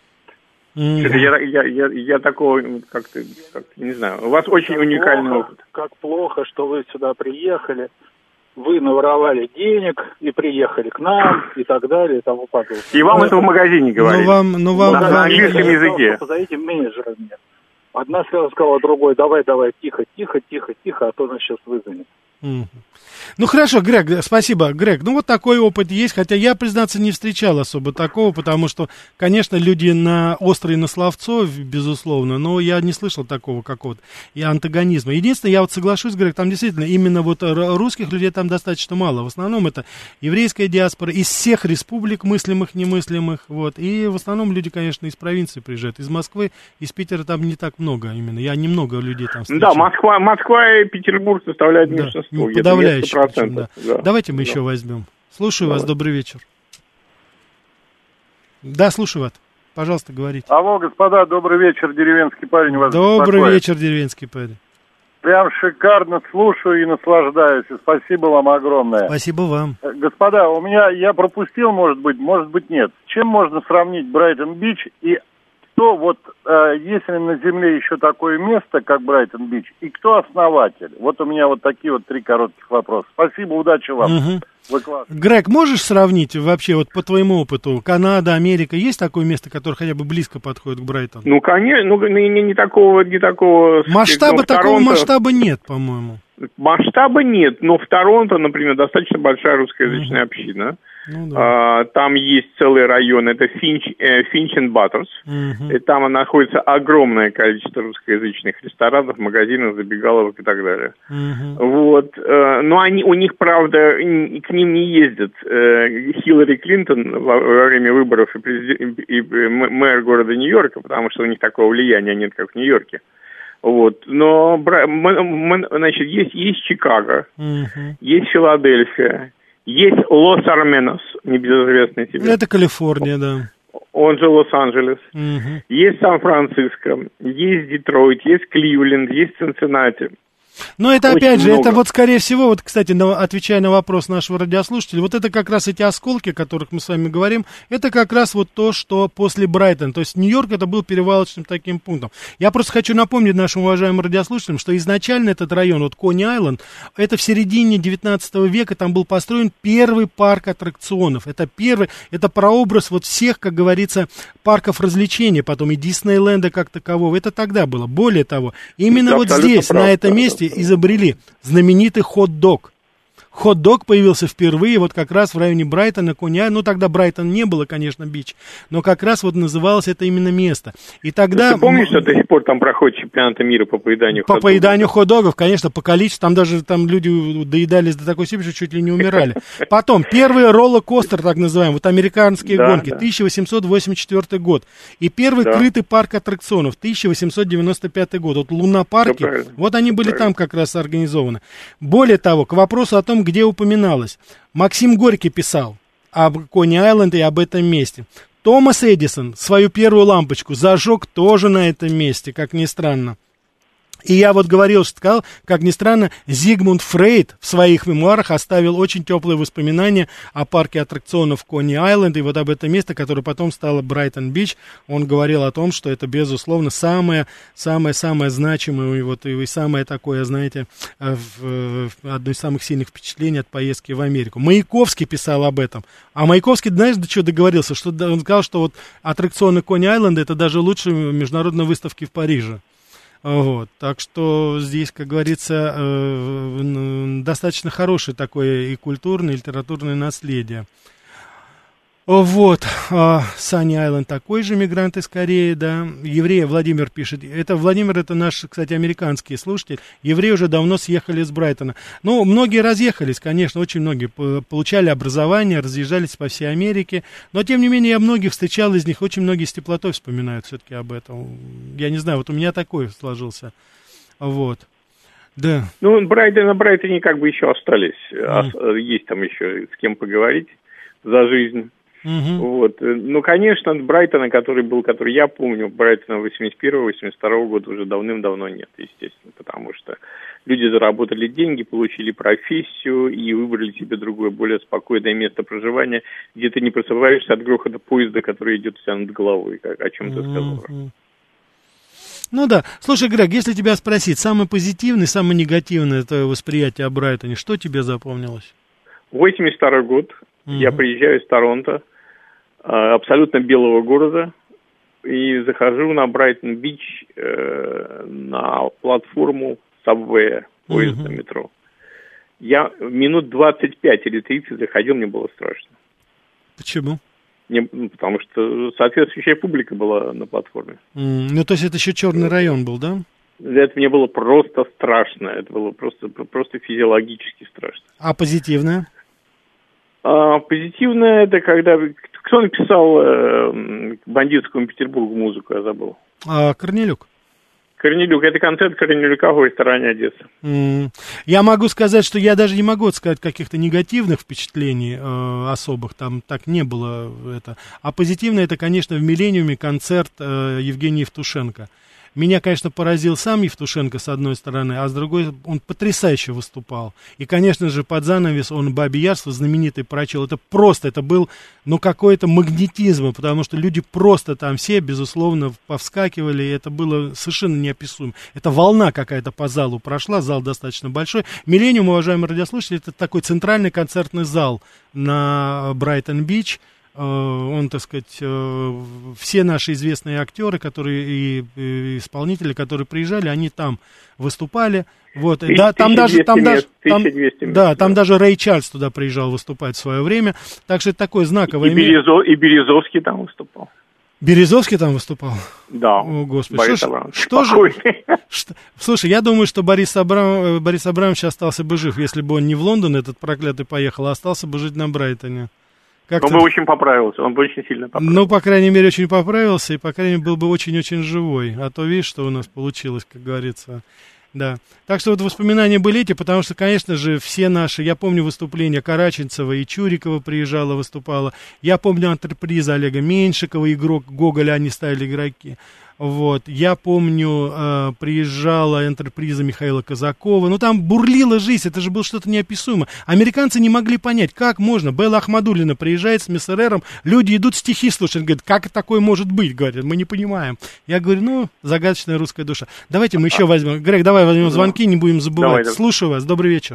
Mm-hmm. Я, я, я, я такого как-то, как-то не знаю. У вас очень как уникальный плохо, опыт. Как плохо, что вы сюда приехали, вы наворовали денег и приехали к нам и так далее и тому подобное. И вам ну, это в магазине говорили? Ну вам, ну вам на, на английском языке. Позовите менеджера мне. Одна сразу сказала другой, давай, давай, тихо, тихо, тихо, тихо, а то нас сейчас выгонят. Mm-hmm. Ну хорошо, Грег, спасибо, Грег. Ну вот такой опыт есть, хотя я, признаться, не встречал особо такого, потому что, конечно, люди на острые на словцо, безусловно, но я не слышал такого какого-то и антагонизма. Единственное, я вот соглашусь, Грег, там действительно именно вот русских людей там достаточно мало. В основном это еврейская диаспора из всех республик мыслимых, немыслимых, вот. И в основном люди, конечно, из провинции приезжают, из Москвы, из Питера там не так много именно. Я немного людей там встречал. Да, Москва, Москва и Петербург составляют меньшинство. Да, подавляющее. Причем, да. Да. Давайте мы да. еще возьмем. Слушаю Давай. вас, добрый вечер. Да, слушаю вас. Пожалуйста, говорите. Алло, господа, добрый вечер, деревенский парень вас Добрый беспокоит. вечер, деревенский парень. Прям шикарно слушаю и наслаждаюсь. И спасибо вам огромное. Спасибо вам. Господа, у меня, я пропустил, может быть, может быть, нет. Чем можно сравнить Брайтон-Бич и кто, вот, э, есть ли на Земле еще такое место, как Брайтон-Бич, и кто основатель? Вот у меня вот такие вот три коротких вопроса. Спасибо, удачи вам. Угу. Вы классный. Грег, можешь сравнить вообще, вот по твоему опыту, Канада, Америка, есть такое место, которое хотя бы близко подходит к Брайтону? Ну, конечно, ну, не, не, не такого, не такого... Масштаба ну, такого Торонто... масштаба нет, по-моему. Масштаба нет, но в Торонто, например, достаточно большая русскоязычная mm-hmm. община. Ну, да. а, там есть целый район, это Финч, э, Финч энд Баттерс. Mm-hmm. И там находится огромное количество русскоязычных ресторанов, магазинов, забегаловок и так далее. Mm-hmm. Вот. Э, но они, у них, правда, к ним не ездят. Э, Хиллари Клинтон во, во время выборов и, президент, и, и мэр города Нью-Йорка, потому что у них такого влияния нет, как в Нью-Йорке. Вот, но мы, мы, значит, есть, есть Чикаго, uh-huh. есть Филадельфия, есть Лос-Арменос, небезызвестный тебе. Это Калифорния, да. Он же Лос-Анджелес. Uh-huh. Есть Сан-Франциско, есть Детройт, есть Кливленд, есть Цинциннати. Но это, очень опять же, много. Это вот, скорее всего, вот, кстати, на, отвечая на вопрос нашего радиослушателя, вот это как раз эти осколки, о которых мы с вами говорим, это как раз вот то, что после Брайтона, то есть Нью-Йорк это был перевалочным таким пунктом. Я просто хочу напомнить нашим уважаемым радиослушателям, что изначально этот район, вот Кони-Айленд, это в середине девятнадцатого века, там был построен первый парк аттракционов, это первый, это прообраз вот всех, как говорится, парков развлечений, потом и Диснейленда как такового, это тогда было. Более того, именно это вот здесь, правда, на этом месте, изобрели знаменитый хот-дог. хот-дог появился впервые вот как раз в районе Брайтона, Кони-Айленд. Ну, тогда Брайтон не было, конечно, бич, но как раз вот называлось это именно место. И тогда... Ты помнишь, что до сих пор там проходит чемпионат мира по поеданию по хот-догов? По поеданию хот-догов, конечно, по количеству. Там даже там люди доедались до такой степени, что чуть ли не умирали. Потом, первый роллер-костер, так называемый, вот американские да, гонки, да. тысяча восемьсот восемьдесят четвёртый год. И первый Да. крытый парк аттракционов, тысяча восемьсот девяносто пятый год. Вот лунопарки, вот они были там как раз организованы. Более того, к вопросу о том, где упоминалось. Максим Горький писал об Кони-Айленд и об этом месте. Томас Эдисон свою первую лампочку зажег тоже на этом месте, как ни странно. И я вот говорил, что сказал, как ни странно, Зигмунд Фрейд в своих мемуарах оставил очень теплые воспоминания о парке аттракционов Кони-Айленд, и вот об этом месте, которое потом стало Брайтон-Бич. Он говорил о том, что это, безусловно, самое, самое, самое значимое, и вот и самое такое, знаете, в, одно из самых сильных впечатлений от поездки в Америку. Маяковский писал об этом. А Маяковский, знаешь, до чего договорился? Что он сказал, что вот аттракционы Кони-Айленда это даже лучше международной выставки в Париже. Вот, так что здесь, как говорится, э, достаточно хорошее такое и культурное, и литературное наследие. Вот, Санни-Айленд такой же мигрант из Кореи, да. Евреи, Владимир пишет. Это Владимир, это наш, кстати, американский слушатель. Евреи уже давно съехали из Брайтона. Ну, многие разъехались, конечно, очень многие получали образование, разъезжались по всей Америке. Но, тем не менее, я многих встречал из них, очень многие с теплотой вспоминают все-таки об этом. Я не знаю, вот у меня такой сложился. Вот. Да. Ну, Брайтон, на Брайтоне как бы еще остались. Mm. Есть там еще с кем поговорить за жизнь. Uh-huh. Вот. Ну, конечно, Брайтона, который был, который я помню, Брайтона восемьдесят первого восемьдесят второго года уже давным-давно нет, естественно, потому что люди заработали деньги, получили профессию и выбрали себе другое, более спокойное место проживания, где ты не просыпаешься от грохота поезда, который идет у тебя над головой, как, о чем ты сказал. Uh-huh. Ну да. Слушай, Грег, если тебя спросить, самое позитивное, самое негативное твое восприятие о Брайтоне, что тебе запомнилось? восемьдесят второй год. Uh-huh. Я приезжаю из Торонто, абсолютно белого города, и захожу на Брайтон-Бич э, на платформу сабвея, поезда uh-huh. метро. Я минут двадцать пять или тридцать заходил, мне было страшно. Почему? Не, потому что соответствующая публика была на платформе. Mm, ну, то есть это еще черный район был, да? Это мне было просто страшно. Это было просто, просто физиологически страшно. А позитивное? А, позитивное это когда... Кто написал э, бандитскому Петербургу музыку, я забыл. А, Корнелюк. Корнелюк. Это концерт Корнелюка в ресторане «Одесса». Mm. Я могу сказать, что я даже не могу сказать каких-то негативных впечатлений э, особых. Там так не было. Это. А позитивное это, конечно, в «Миллениуме» концерт э, Евгения Евтушенко. Меня, конечно, поразил сам Евтушенко, с одной стороны, а с другой он потрясающе выступал. И, конечно же, под занавес он «Бабье Ярство» знаменитый прочел. Это просто, это был, ну, какой-то магнетизм, потому что люди просто там все, безусловно, повскакивали, и это было совершенно неописуемо. Это волна какая-то по залу прошла, зал достаточно большой. «Миллениум», уважаемые радиослушатели, это такой центральный концертный зал на Брайтон-Бич. Он, так сказать, все наши известные актеры, которые и, и исполнители, которые приезжали, они там выступали. Вот, да, там даже, там даже, там, да, там даже Рэй Чарльз туда приезжал выступать в свое время. Так что это такое знаковое. И, Березов, и Березовский там выступал. Березовский там выступал? Да. О, Господи. Борис что, Абрамович. Что же? Что, слушай, я думаю, что Борис, Абрам, Борис Абрамович остался бы жив, если бы он не в Лондон, этот проклятый, поехал, а остался бы жить на Брайтоне. Как он бы очень поправился, он бы очень сильно поправился. Ну, по крайней мере, очень поправился, и, по крайней мере, был бы очень-очень живой. А то, видишь, что у нас получилось, как говорится. Да. Так что вот воспоминания были эти, потому что, конечно же, все наши... Я помню выступления Караченцева и Чурикова приезжала, выступала. Я помню антрепризы Олега Меньшикова, игрок Гоголя, они ставили игроки. Вот, я помню, э, приезжала энтерприза Михаила Казакова, ну там бурлила жизнь, это же было что-то неописуемое. Американцы не могли понять, как можно. Белла Ахмадуллина приезжает с Мессерером, люди идут стихи слушать, говорят, как такое может быть, говорят, мы не понимаем. Я говорю, ну, загадочная русская душа. Давайте мы еще возьмем, Грег, давай возьмем звонки, не будем забывать. Давай, слушаю вас, добрый вечер.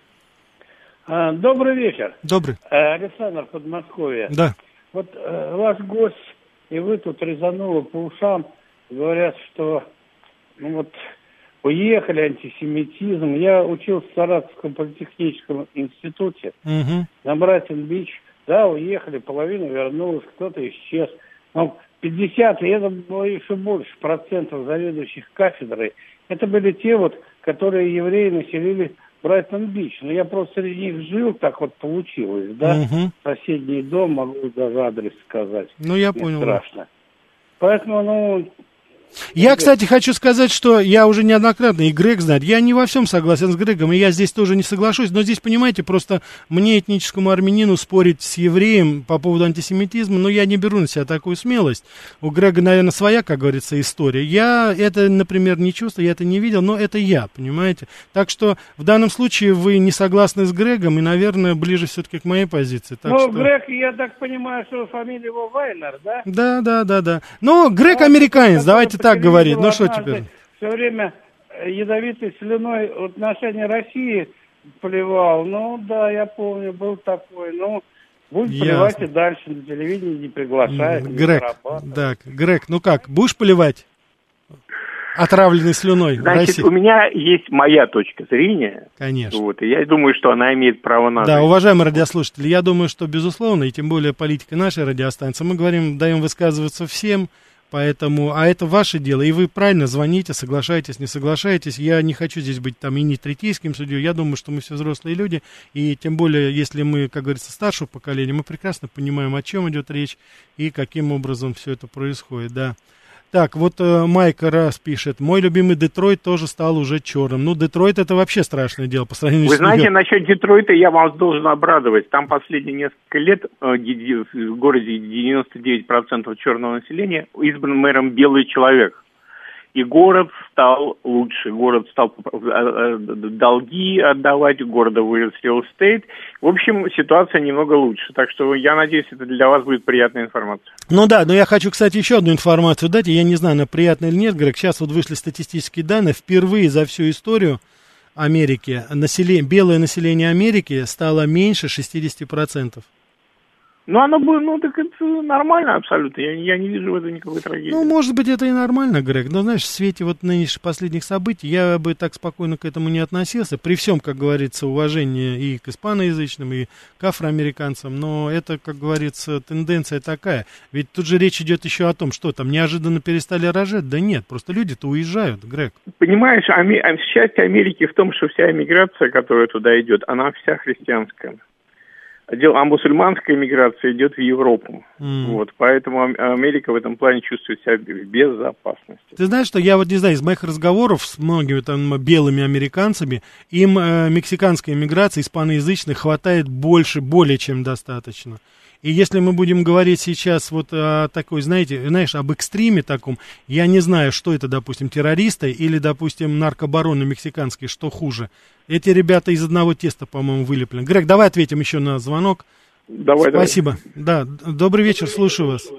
А, добрый вечер. Добрый. А, Александр, Подмосковье. Да. Вот а, ваш гость, и вы тут резануло по ушам. Говорят, что ну вот уехали, антисемитизм. Я учился в Саратовском политехническом институте угу. на Брайтон-Бич. Да, уехали, половина вернулась, кто-то исчез. Но пятьдесят, и это было еще больше процентов заведующих кафедрой. Это были те вот, которые евреи населили Брайтон-Бич. Но я просто среди них жил, так вот получилось, да? Угу. Соседний дом, могу даже адрес сказать. Ну, я не понял. Страшно. Поэтому, ну... Я, кстати, хочу сказать, что я уже неоднократно, и Грег знает, я не во всем согласен с Грегом, и я здесь тоже не соглашусь, но здесь, понимаете, просто мне, этническому армянину, спорить с евреем по поводу антисемитизма, ну, я не беру на себя такую смелость. У Грега, наверное, своя, как говорится, история. Я это, например, не чувствую, я это не видел, но это я, понимаете. Так что в данном случае вы не согласны с Грегом, и, наверное, ближе все-таки к моей позиции. Так ну, что... Грег, я так понимаю, что фамилия его Вайнер, да? Да, да, да, да. Ну, Грег американец, давайте так говорить, ну что теперь? Все время ядовитой слюной в отношении России плевал. Ну, да, я помню, был такой. Ну, будешь плевать и дальше, на телевидении не приглашает. Грег, да, Грег, ну как, будешь поливать отравленной слюной в Значит, России? У меня есть моя точка зрения. Конечно. Вот, и я думаю, что она имеет право на... Да, уважаемые радиослушатели, я думаю, что, безусловно, и тем более политика нашей радиостанции, мы говорим, даем высказываться всем. Поэтому, а это ваше дело, и вы правильно звоните, соглашаетесь, не соглашаетесь. Я не хочу здесь быть там и не третейским судьей, я думаю, что мы все взрослые люди, и тем более, если мы, как говорится, старшего поколения, мы прекрасно понимаем, о чем идет речь и каким образом все это происходит, да. Так, вот э, Майк раз пишет, мой любимый Детройт тоже стал уже черным. Ну, Детройт это вообще страшное дело по сравнению Вы с... Вы знаете, насчет Детройта я вас должен обрадовать. Там последние несколько лет э, в городе девяносто девять процентов черного населения избран мэром белый человек. И город стал лучше, город стал долги отдавать, у города вырос real estate. В общем, ситуация немного лучше. Так что я надеюсь, это для вас будет приятная информация. Ну да, но я хочу, кстати, еще одну информацию дать. Я не знаю, она приятная или нет, Грег. Сейчас вот вышли статистические данные. Впервые за всю историю Америки население, белое население Америки стало меньше шестьдесят процентов. Ну, оно было, ну, так это нормально абсолютно. Я, я не вижу в этом никакой трагедии. Ну, может быть, это и нормально, Грег. Но, знаешь, в свете вот нынешних последних событий я бы так спокойно к этому не относился. При всем, как говорится, уважении и к испаноязычным, и к афроамериканцам. Но это, как говорится, тенденция такая. Ведь тут же речь идет еще о том, что там неожиданно перестали рожать. Да нет, просто люди-то уезжают, Грег. Понимаешь, ами- счастье Америки в том, что вся эмиграция, которая туда идет, она вся христианская. А мусульманская миграция идет в Европу. Mm. Вот, поэтому Америка в этом плане чувствует себя в безопасности. Ты знаешь, что я вот не знаю, из моих разговоров с многими там белыми американцами, им э, мексиканской миграции, испаноязычной, хватает больше, более чем достаточно. И если мы будем говорить сейчас вот о такой, знаете, знаешь, об экстриме таком, я не знаю, что это, допустим, террористы или, допустим, наркобароны мексиканские, что хуже. Эти ребята из одного теста, по-моему, вылеплены. Грег, давай ответим еще на звонок. Давай, Спасибо. Давай. Да, добрый вечер, слушаю вас.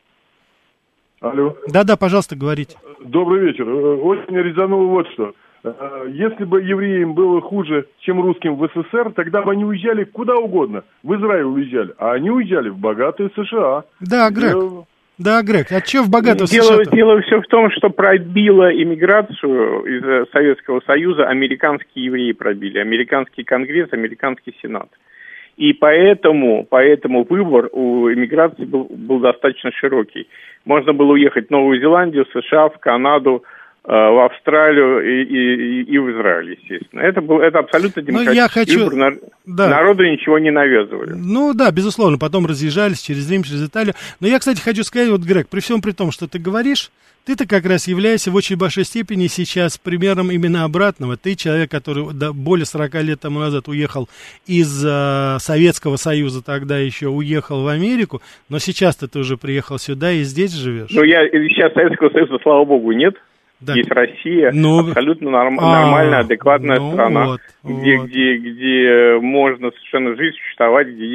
Алло. Да-да, пожалуйста, говорите. Добрый вечер. Очень резануло вот что. Если бы евреям было хуже, чем русским в СССР, тогда бы они уезжали куда угодно. В Израиль уезжали, а они уезжали в богатые США. Да, Грег. Где... Да, Грег, а что в богатых дело, США-то? Дело все в том, что пробило иммиграцию из Советского Союза, американские евреи пробили, американский Конгресс, американский Сенат. И поэтому, поэтому выбор у иммиграции был, был достаточно широкий. Можно было уехать в Новую Зеландию, США, в Канаду, в Австралию и, и, и в Израиль, естественно. Это был это абсолютно демократический хочу... выбор. Да. Народу ничего не навязывали. Ну да, безусловно, потом разъезжались через Рим, через Италию. Но я, кстати, хочу сказать, вот, Грег, при всем при том, что ты говоришь, ты-то как раз являешься в очень большой степени сейчас примером именно обратного. Ты человек, который да, более сорок лет тому назад уехал из э, Советского Союза, тогда еще уехал в Америку, но сейчас-то ты уже приехал сюда и здесь живешь. Ну, я сейчас Советского Союза, слава богу, нет. Да. Есть Россия, ну, абсолютно норм, а, нормальная, адекватная ну, страна, вот, где, вот. Где, где можно совершенно жить, существовать, где есть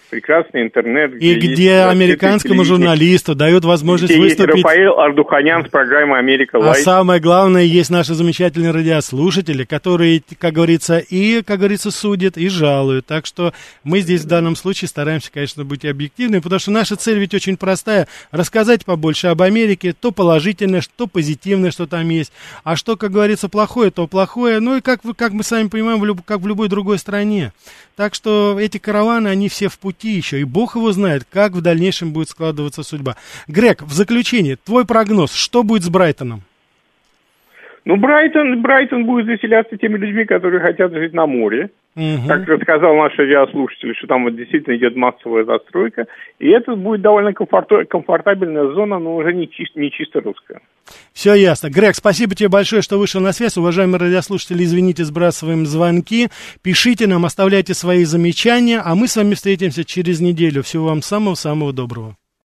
прекрасный интернет. И где, где американскому журналисту дают возможность где выступить. Есть Рафаэль Ардуханян с программой «Америка Лайт». А самое главное, есть наши замечательные радиослушатели, которые, как говорится, и, как говорится, судят, и жалуют. Так что мы здесь в данном случае стараемся, конечно, быть объективными, потому что наша цель ведь очень простая. Рассказать побольше об Америке, то положительное, что позитивное, что там есть. А что, как говорится, плохое, то плохое. Ну и как, как мы сами понимаем, в люб, как в любой другой стране. Так что эти караваны, они все в пути еще. И Бог его знает, как в дальнейшем будет складываться судьба. Грег, в заключение, твой прогноз, что будет с Брайтоном? Ну, Брайтон, Брайтон будет заселяться теми людьми, которые хотят жить на море. Угу. Как рассказал наш радиослушатель, что там вот действительно идет массовая застройка. И это будет довольно комфорт, комфортабельная зона, но уже не чисто, не чисто русская. Все ясно. Грег, спасибо тебе большое, что вышел на связь. Уважаемые радиослушатели, извините, сбрасываем звонки. Пишите нам, оставляйте свои замечания, а мы с вами встретимся через неделю. Всего вам самого-самого доброго.